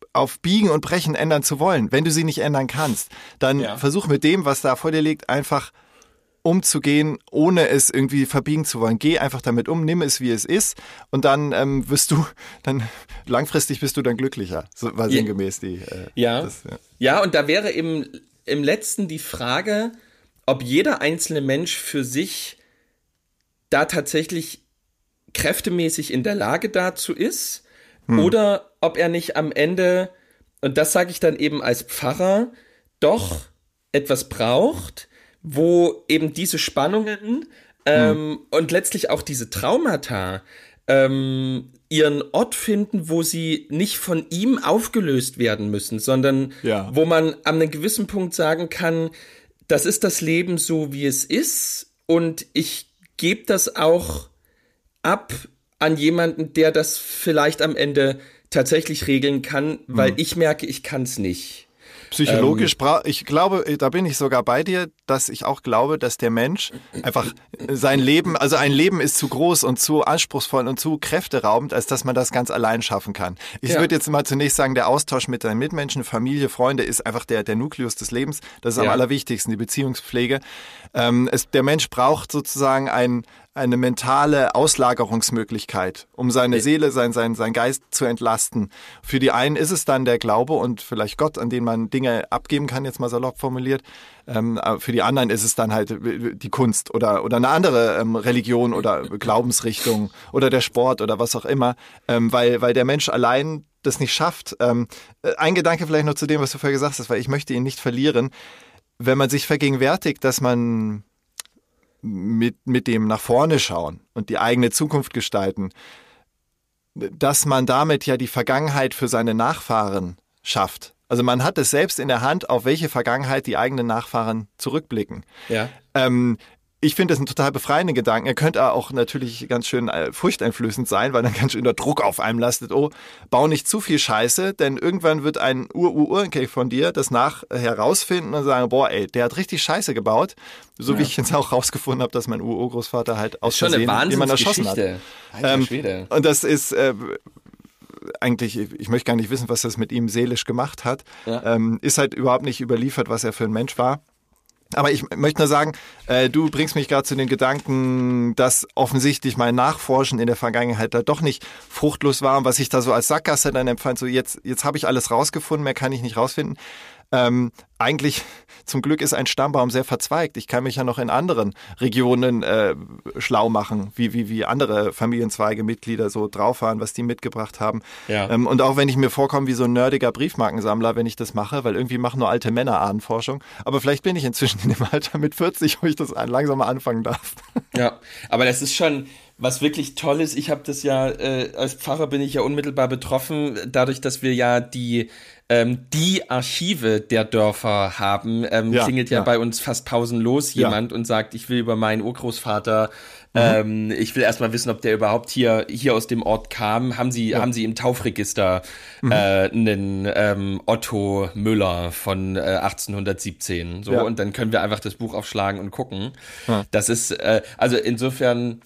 Speaker 8: auf Biegen und Brechen ändern zu wollen. Wenn du sie nicht ändern kannst, dann ja. versuch mit dem, was da vor dir liegt, einfach umzugehen, ohne es irgendwie verbiegen zu wollen. Geh einfach damit um, nimm es, wie es ist und dann ähm, wirst du, dann langfristig bist du dann glücklicher. So war sinngemäß die. Äh,
Speaker 7: ja.
Speaker 8: Das, ja.
Speaker 7: ja, und da wäre eben im letzten die Frage, ob jeder einzelne Mensch für sich da tatsächlich kräftemäßig in der Lage dazu ist hm. oder ob er nicht am Ende, und das sage ich dann eben als Pfarrer, doch etwas braucht, wo eben diese Spannungen ähm, hm. und letztlich auch diese Traumata ähm, ihren Ort finden, wo sie nicht von ihm aufgelöst werden müssen, sondern ja. wo man an einem gewissen Punkt sagen kann, das ist das Leben so, wie es ist und ich gebe das auch ab an jemanden, der das vielleicht amEnde tatsächlich regeln kann, weil hm. ich merke, ich kann es nicht.
Speaker 8: Psychologisch, ähm, ich glaube, da bin ich sogar bei dir, dass ich auch glaube, dass der Mensch einfach sein Leben, also ein Leben ist zu groß und zu anspruchsvoll und zu kräfteraubend, als dass man das ganz allein schaffen kann. Ich ja. würde jetzt mal zunächst sagen, der Austausch mit deinen Mitmenschen, Familie, Freunde ist einfach der, der Nukleus des Lebens. Das ist ja. am allerwichtigsten, die Beziehungspflege. Ähm, es, der Mensch braucht sozusagen ein eine mentale Auslagerungsmöglichkeit, um seine ja. Seele, sein, sein, sein Geist zu entlasten. Für die einen ist es dann der Glaube und vielleicht Gott, an den man Dinge abgeben kann, jetzt mal salopp formuliert. Ähm, für die anderen ist es dann halt die Kunst oder, oder eine andere ähm, Religion oder Glaubensrichtung oder der Sport oder was auch immer, ähm, weil, weil der Mensch allein das nicht schafft. Ähm, ein Gedanke vielleicht noch zu dem, was du vorher gesagt hast, weil ich möchte ihn nicht verlieren. Wenn man sich vergegenwärtigt, dass man mit, mit dem nach vorne schauen und die eigene Zukunft gestalten, dass man damit ja die Vergangenheit für seine Nachfahren schafft. Also man hat es selbst in der Hand, auf welche Vergangenheit die eigenen Nachfahren zurückblicken. Ja. Ähm, ich finde das einen total befreienden Gedanken. Er könnte auch natürlich ganz schön äh, furchteinflößend sein, weil dann ganz schön der Druck auf einem lastet. Oh, bau nicht zu viel Scheiße, denn irgendwann wird ein Ur-Ur-Urenkel von dir das nach herausfinden und sagen, boah, ey, der hat richtig Scheiße gebaut. So ja. wie ich jetzt auch rausgefunden habe, dass mein Ur-Urgroßvater halt aus Versehen jemanden erschossen hat. Ähm, Schwede. Und das ist äh, eigentlich, ich möchte gar nicht wissen, was das mit ihm seelisch gemacht hat. Ja. Ähm, ist halt überhaupt nicht überliefert, was er für ein Mensch war. Aber ich möchte nur sagen, äh, du bringst mich gerade zu den Gedanken, dass offensichtlich mein Nachforschen in der Vergangenheit da doch nicht fruchtlos war und was ich da so als Sackgasse dann empfand, so jetzt, jetzt habe ich alles rausgefunden, mehr kann ich nicht rausfinden. Ähm, eigentlich, zum Glück ist ein Stammbaum sehr verzweigt. Ich kann mich ja noch in anderen Regionen äh, schlau machen, wie, wie, wie andere Familienzweige, Mitglieder so drauf waren, was die mitgebracht haben. Ja. Ähm, und auch wenn ich mir vorkomme wie so ein nerdiger Briefmarkensammler, wenn ich das mache, weil irgendwie machen nur alte Männer Ahnenforschung. Aber vielleicht bin ich inzwischen in dem Alter mit vierzig, wo ich das langsam mal anfangen darf.
Speaker 7: Ja, aber das ist schon... Was wirklich toll ist, ich habe das ja, äh, als Pfarrer bin ich ja unmittelbar betroffen, dadurch, dass wir ja die ähm, die Archive der Dörfer haben, ähm, ja, klingelt ja, ja bei uns fast pausenlos jemand ja. und sagt, ich will über meinen Urgroßvater, mhm. ähm, ich will erstmal wissen, ob der überhaupt hier hier aus dem Ort kam. Haben Sie ja. haben Sie im Taufregister mhm. äh, einen ähm, Otto Müller von äh, achtzehnhundertsiebzehn, so ja. und dann können wir einfach das Buch aufschlagen und gucken. Ja. Das ist äh, also insofern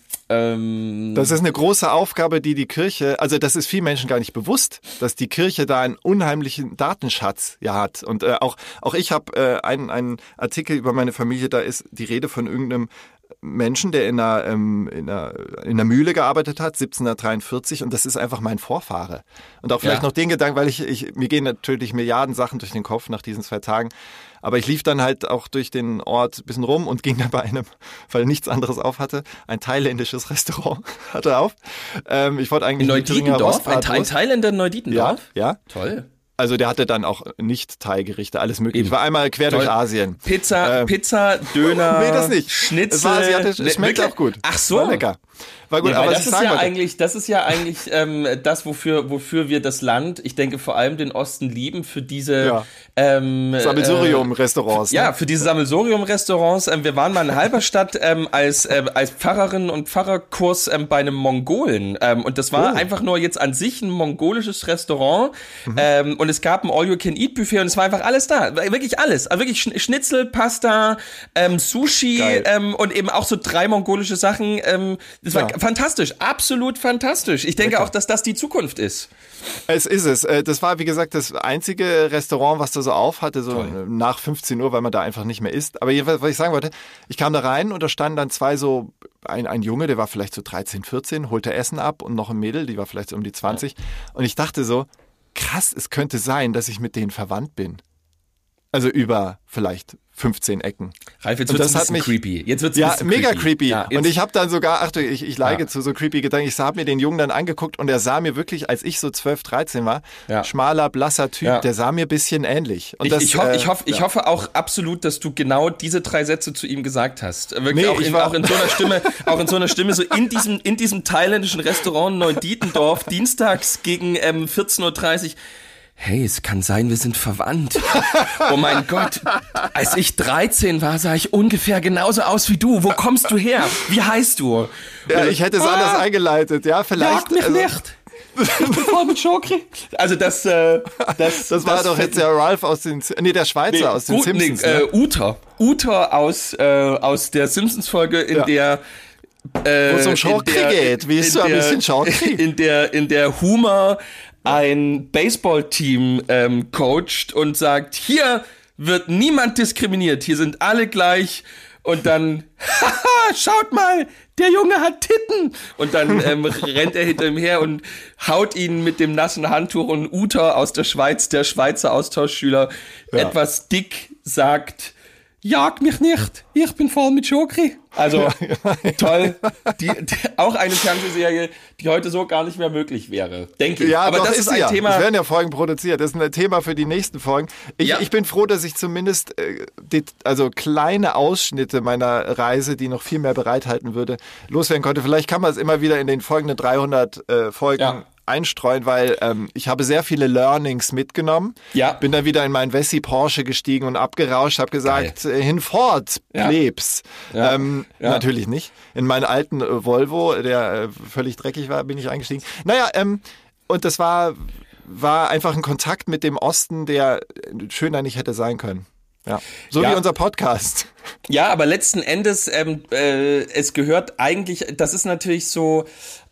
Speaker 8: Das ist eine große Aufgabe, die die Kirche, also das ist vielen Menschen gar nicht bewusst, dass die Kirche da einen unheimlichen Datenschatz ja hat. Und äh, auch auch ich habe äh, einen, einen Artikel über meine Familie, da ist die Rede von irgendeinem Menschen, der in einer, ähm, in einer, in einer Mühle gearbeitet hat, siebzehnhundertdreiundvierzig, und das ist einfach mein Vorfahre. Und auch vielleicht ja. noch den Gedanken, weil ich, ich mir gehen natürlich Milliarden Sachen durch den Kopf nach diesen zwei Tagen. Aber ich lief dann halt auch durch den Ort ein bisschen rum und ging dann bei einem, weil nichts anderes auf hatte, ein thailändisches Restaurant hatte auf. Ähm, ich wollte eigentlich
Speaker 7: in Neuditendorf? Ein, ein Thailänder in Neuditendorf?
Speaker 8: Ja, ja.
Speaker 7: Toll.
Speaker 8: Also der hatte dann auch nicht Thai-Gerichte, alles mögliche. Ich war einmal quer Toll. durch Asien.
Speaker 7: Pizza, ähm, Pizza, Döner, nee, das nicht. Schnitzel.
Speaker 8: Es war asiatisch, es schmeckt auch gut.
Speaker 7: Ach so.
Speaker 8: War lecker. War gut,
Speaker 7: nee,
Speaker 8: aber
Speaker 7: das ist ja eigentlich, das ist ja eigentlich ähm, das, wofür, wofür wir das Land, ich denke vor allem den Osten lieben, für diese ja. ähm,
Speaker 8: Sammelsurium-Restaurants.
Speaker 7: Äh, ne? Ja, für diese Sammelsurium-Restaurants. Ähm, wir waren mal in Halberstadt ähm, als äh, als Pfarrerin und Pfarrerkurs ähm, bei einem Mongolen ähm, und das war oh. einfach nur jetzt an sich ein mongolisches Restaurant mhm. ähm, und es gab ein All-You-Can-Eat-Buffet und es war einfach alles da, wirklich alles, also wirklich Schnitzel, Pasta, ähm, Sushi ähm, und eben auch so drei mongolische Sachen. Ähm, das war ja. fantastisch, absolut fantastisch. Ich denke
Speaker 8: Lecker.
Speaker 7: auch, dass das die Zukunft ist.
Speaker 8: Es ist es. Das war, wie gesagt, das einzige Restaurant, was da so auf hatte, so Toll. nach fünfzehn Uhr, weil man da einfach nicht mehr isst. Aber was ich sagen wollte, ich kam da rein und da standen dann zwei so, ein, ein Junge, der war vielleicht so dreizehn, vierzehn, holte Essen ab und noch ein Mädel, die war vielleicht so um die zwanzig. Und ich dachte so, krass, es könnte sein, dass ich mit denen verwandt bin. Also über vielleicht fünfzehn Ecken.
Speaker 7: Ralf, jetzt wird es ein bisschen mich, creepy. Jetzt wird's
Speaker 8: ja,
Speaker 7: ein bisschen
Speaker 8: mega
Speaker 7: creepy.
Speaker 8: creepy.
Speaker 7: Ja,
Speaker 8: und ich habe dann sogar, Achtung, ich, ich neige
Speaker 7: ja.
Speaker 8: zu so creepy Gedanken, ich habe mir den Jungen dann angeguckt und er sah mir wirklich, als ich so zwölf, dreizehn war,
Speaker 7: ja.
Speaker 8: schmaler, blasser Typ, ja. der sah mir ein bisschen ähnlich. Und
Speaker 7: ich,
Speaker 8: das,
Speaker 7: ich, hoff,
Speaker 8: äh,
Speaker 7: ich, hoff, ich
Speaker 8: ja.
Speaker 7: hoffe auch absolut, dass du genau diese drei Sätze zu ihm gesagt hast. Wirklich
Speaker 8: nee,
Speaker 7: auch, in,
Speaker 8: war,
Speaker 7: auch in so einer Stimme, auch in so einer Stimme, so in diesem, in diesem thailändischen Restaurant Neudietendorf, dienstags gegen ähm, vierzehn Uhr dreißig. Hey, es kann sein, wir sind verwandt. Oh mein Gott, als ich dreizehn war, sah ich ungefähr genauso aus wie du. Wo kommst du her? Wie heißt du?
Speaker 8: Ja, ich hätte es ah, anders eingeleitet. Ja, vielleicht.
Speaker 7: Jag mich also, nicht. Ich bin voll mit Schokri. Also das, äh, das,
Speaker 8: das war
Speaker 7: das
Speaker 8: doch jetzt der Ralph aus den, nee, der Schweizer nee, aus den
Speaker 7: gut,
Speaker 8: Simpsons.
Speaker 7: Nee,
Speaker 8: ne?
Speaker 7: äh, Uter, Uter aus äh, aus der Simpsons-Folge, in
Speaker 8: ja.
Speaker 7: der äh,
Speaker 8: wo es um Schokri geht. Wie ist so ein der, bisschen Schokri?
Speaker 7: In der in der Humor ein Baseballteam ähm, coacht und sagt, hier wird niemand diskriminiert, hier sind alle gleich. Und dann, haha, schaut mal, der Junge hat Titten. Und dann ähm, rennt er hinter ihm her und haut ihn mit dem nassen Handtuch. Und Uter aus der Schweiz, der Schweizer Austauschschüler, ja. etwas dick sagt, jag mich nicht, ich bin voll mit Schokri. Also toll, die, die, auch eine Fernsehserie, die heute so gar nicht mehr möglich wäre, denke ich.
Speaker 8: Ja,
Speaker 7: aber
Speaker 8: doch,
Speaker 7: das
Speaker 8: ist
Speaker 7: ist ein
Speaker 8: ja.
Speaker 7: Thema.
Speaker 8: Es werden ja Folgen produziert, das ist ein Thema für die nächsten Folgen. Ich,
Speaker 7: ja.
Speaker 8: ich bin froh, dass ich zumindest äh, die, also kleine Ausschnitte meiner Reise, die noch viel mehr bereithalten würde, loswerden konnte. Vielleicht kann man es immer wieder in den folgenden dreihundert äh, Folgen ja. einstreuen, weil ähm, ich habe sehr viele Learnings mitgenommen.
Speaker 7: Ja.
Speaker 8: Bin dann wieder in meinen Wessi Porsche gestiegen und abgerauscht, habe gesagt, äh, hinfort,
Speaker 7: ja.
Speaker 8: plebs.
Speaker 7: Ja.
Speaker 8: Ähm,
Speaker 7: ja.
Speaker 8: Natürlich nicht. In meinen alten äh, Volvo, der äh, völlig dreckig war, bin ich eingestiegen. Naja, ähm, und das war, war einfach ein Kontakt mit dem Osten, der schöner nicht hätte sein können. Ja. So
Speaker 7: ja.
Speaker 8: wie unser Podcast.
Speaker 7: Ja, aber letzten Endes, ähm, äh, es gehört eigentlich, das ist natürlich so,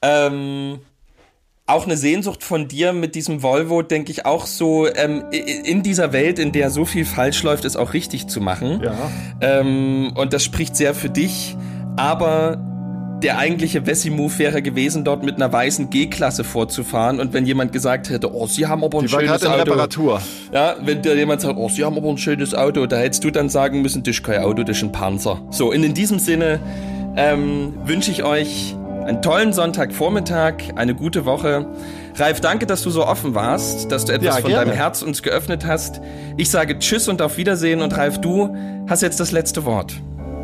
Speaker 7: ähm, auch eine Sehnsucht von dir mit diesem Volvo, denke ich, auch so ähm, in dieser Welt, in der so viel falsch läuft, es auch richtig zu machen.
Speaker 8: Ja.
Speaker 7: Ähm, und das spricht sehr für dich. Aber der eigentliche Wessi-Move wäre gewesen, dort mit einer weißen G-Klasse vorzufahren. Und wenn jemand gesagt hätte, oh, Sie haben aber ein
Speaker 8: Die war
Speaker 7: schönes
Speaker 8: in
Speaker 7: Auto.
Speaker 8: Reparatur.
Speaker 7: Ja, wenn dir jemand sagt, oh, Sie haben aber ein schönes Auto, da hättest du dann sagen müssen, das ist kein Auto, das ist ein Panzer. So, und in diesem Sinne ähm, wünsche ich euch einen tollen Sonntagvormittag, eine gute Woche. Ralf, danke, dass du so offen warst, dass du etwas
Speaker 8: ja,
Speaker 7: von
Speaker 8: gerne.
Speaker 7: deinem Herz uns geöffnet hast. Ich sage Tschüss und auf Wiedersehen. Und Ralf, du hast jetzt das letzte Wort.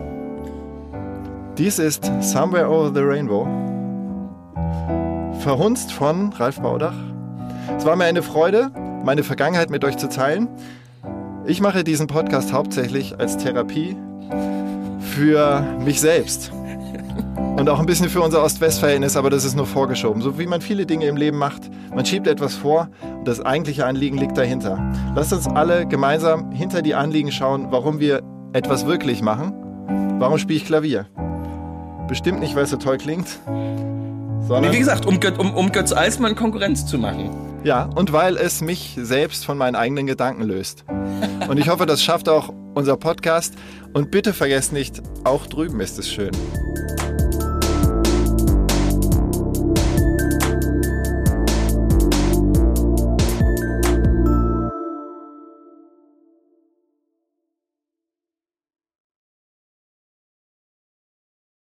Speaker 8: Dies ist Somewhere Over the Rainbow, verhunzt von Ralf Baudach. Es war mir eine Freude, meine Vergangenheit mit euch zu teilen. Ich mache diesen Podcast hauptsächlich als Therapie für mich selbst und auch ein bisschen für unser Ost-West-Verhältnis, aber das ist nur vorgeschoben. So wie man viele Dinge im Leben macht, man schiebt etwas vor und das eigentliche Anliegen liegt dahinter. Lasst uns alle gemeinsam hinter die Anliegen schauen, warum wir etwas wirklich machen. Warum spiele ich Klavier? Bestimmt nicht, weil es so toll klingt, sondern...
Speaker 7: Wie gesagt, um, um, um Götz Alsmann Konkurrenz zu machen.
Speaker 8: Ja, und weil es mich selbst von meinen eigenen Gedanken löst. Und ich hoffe, das schafft auch unser Podcast. Und bitte vergesst nicht, auch drüben ist es schön.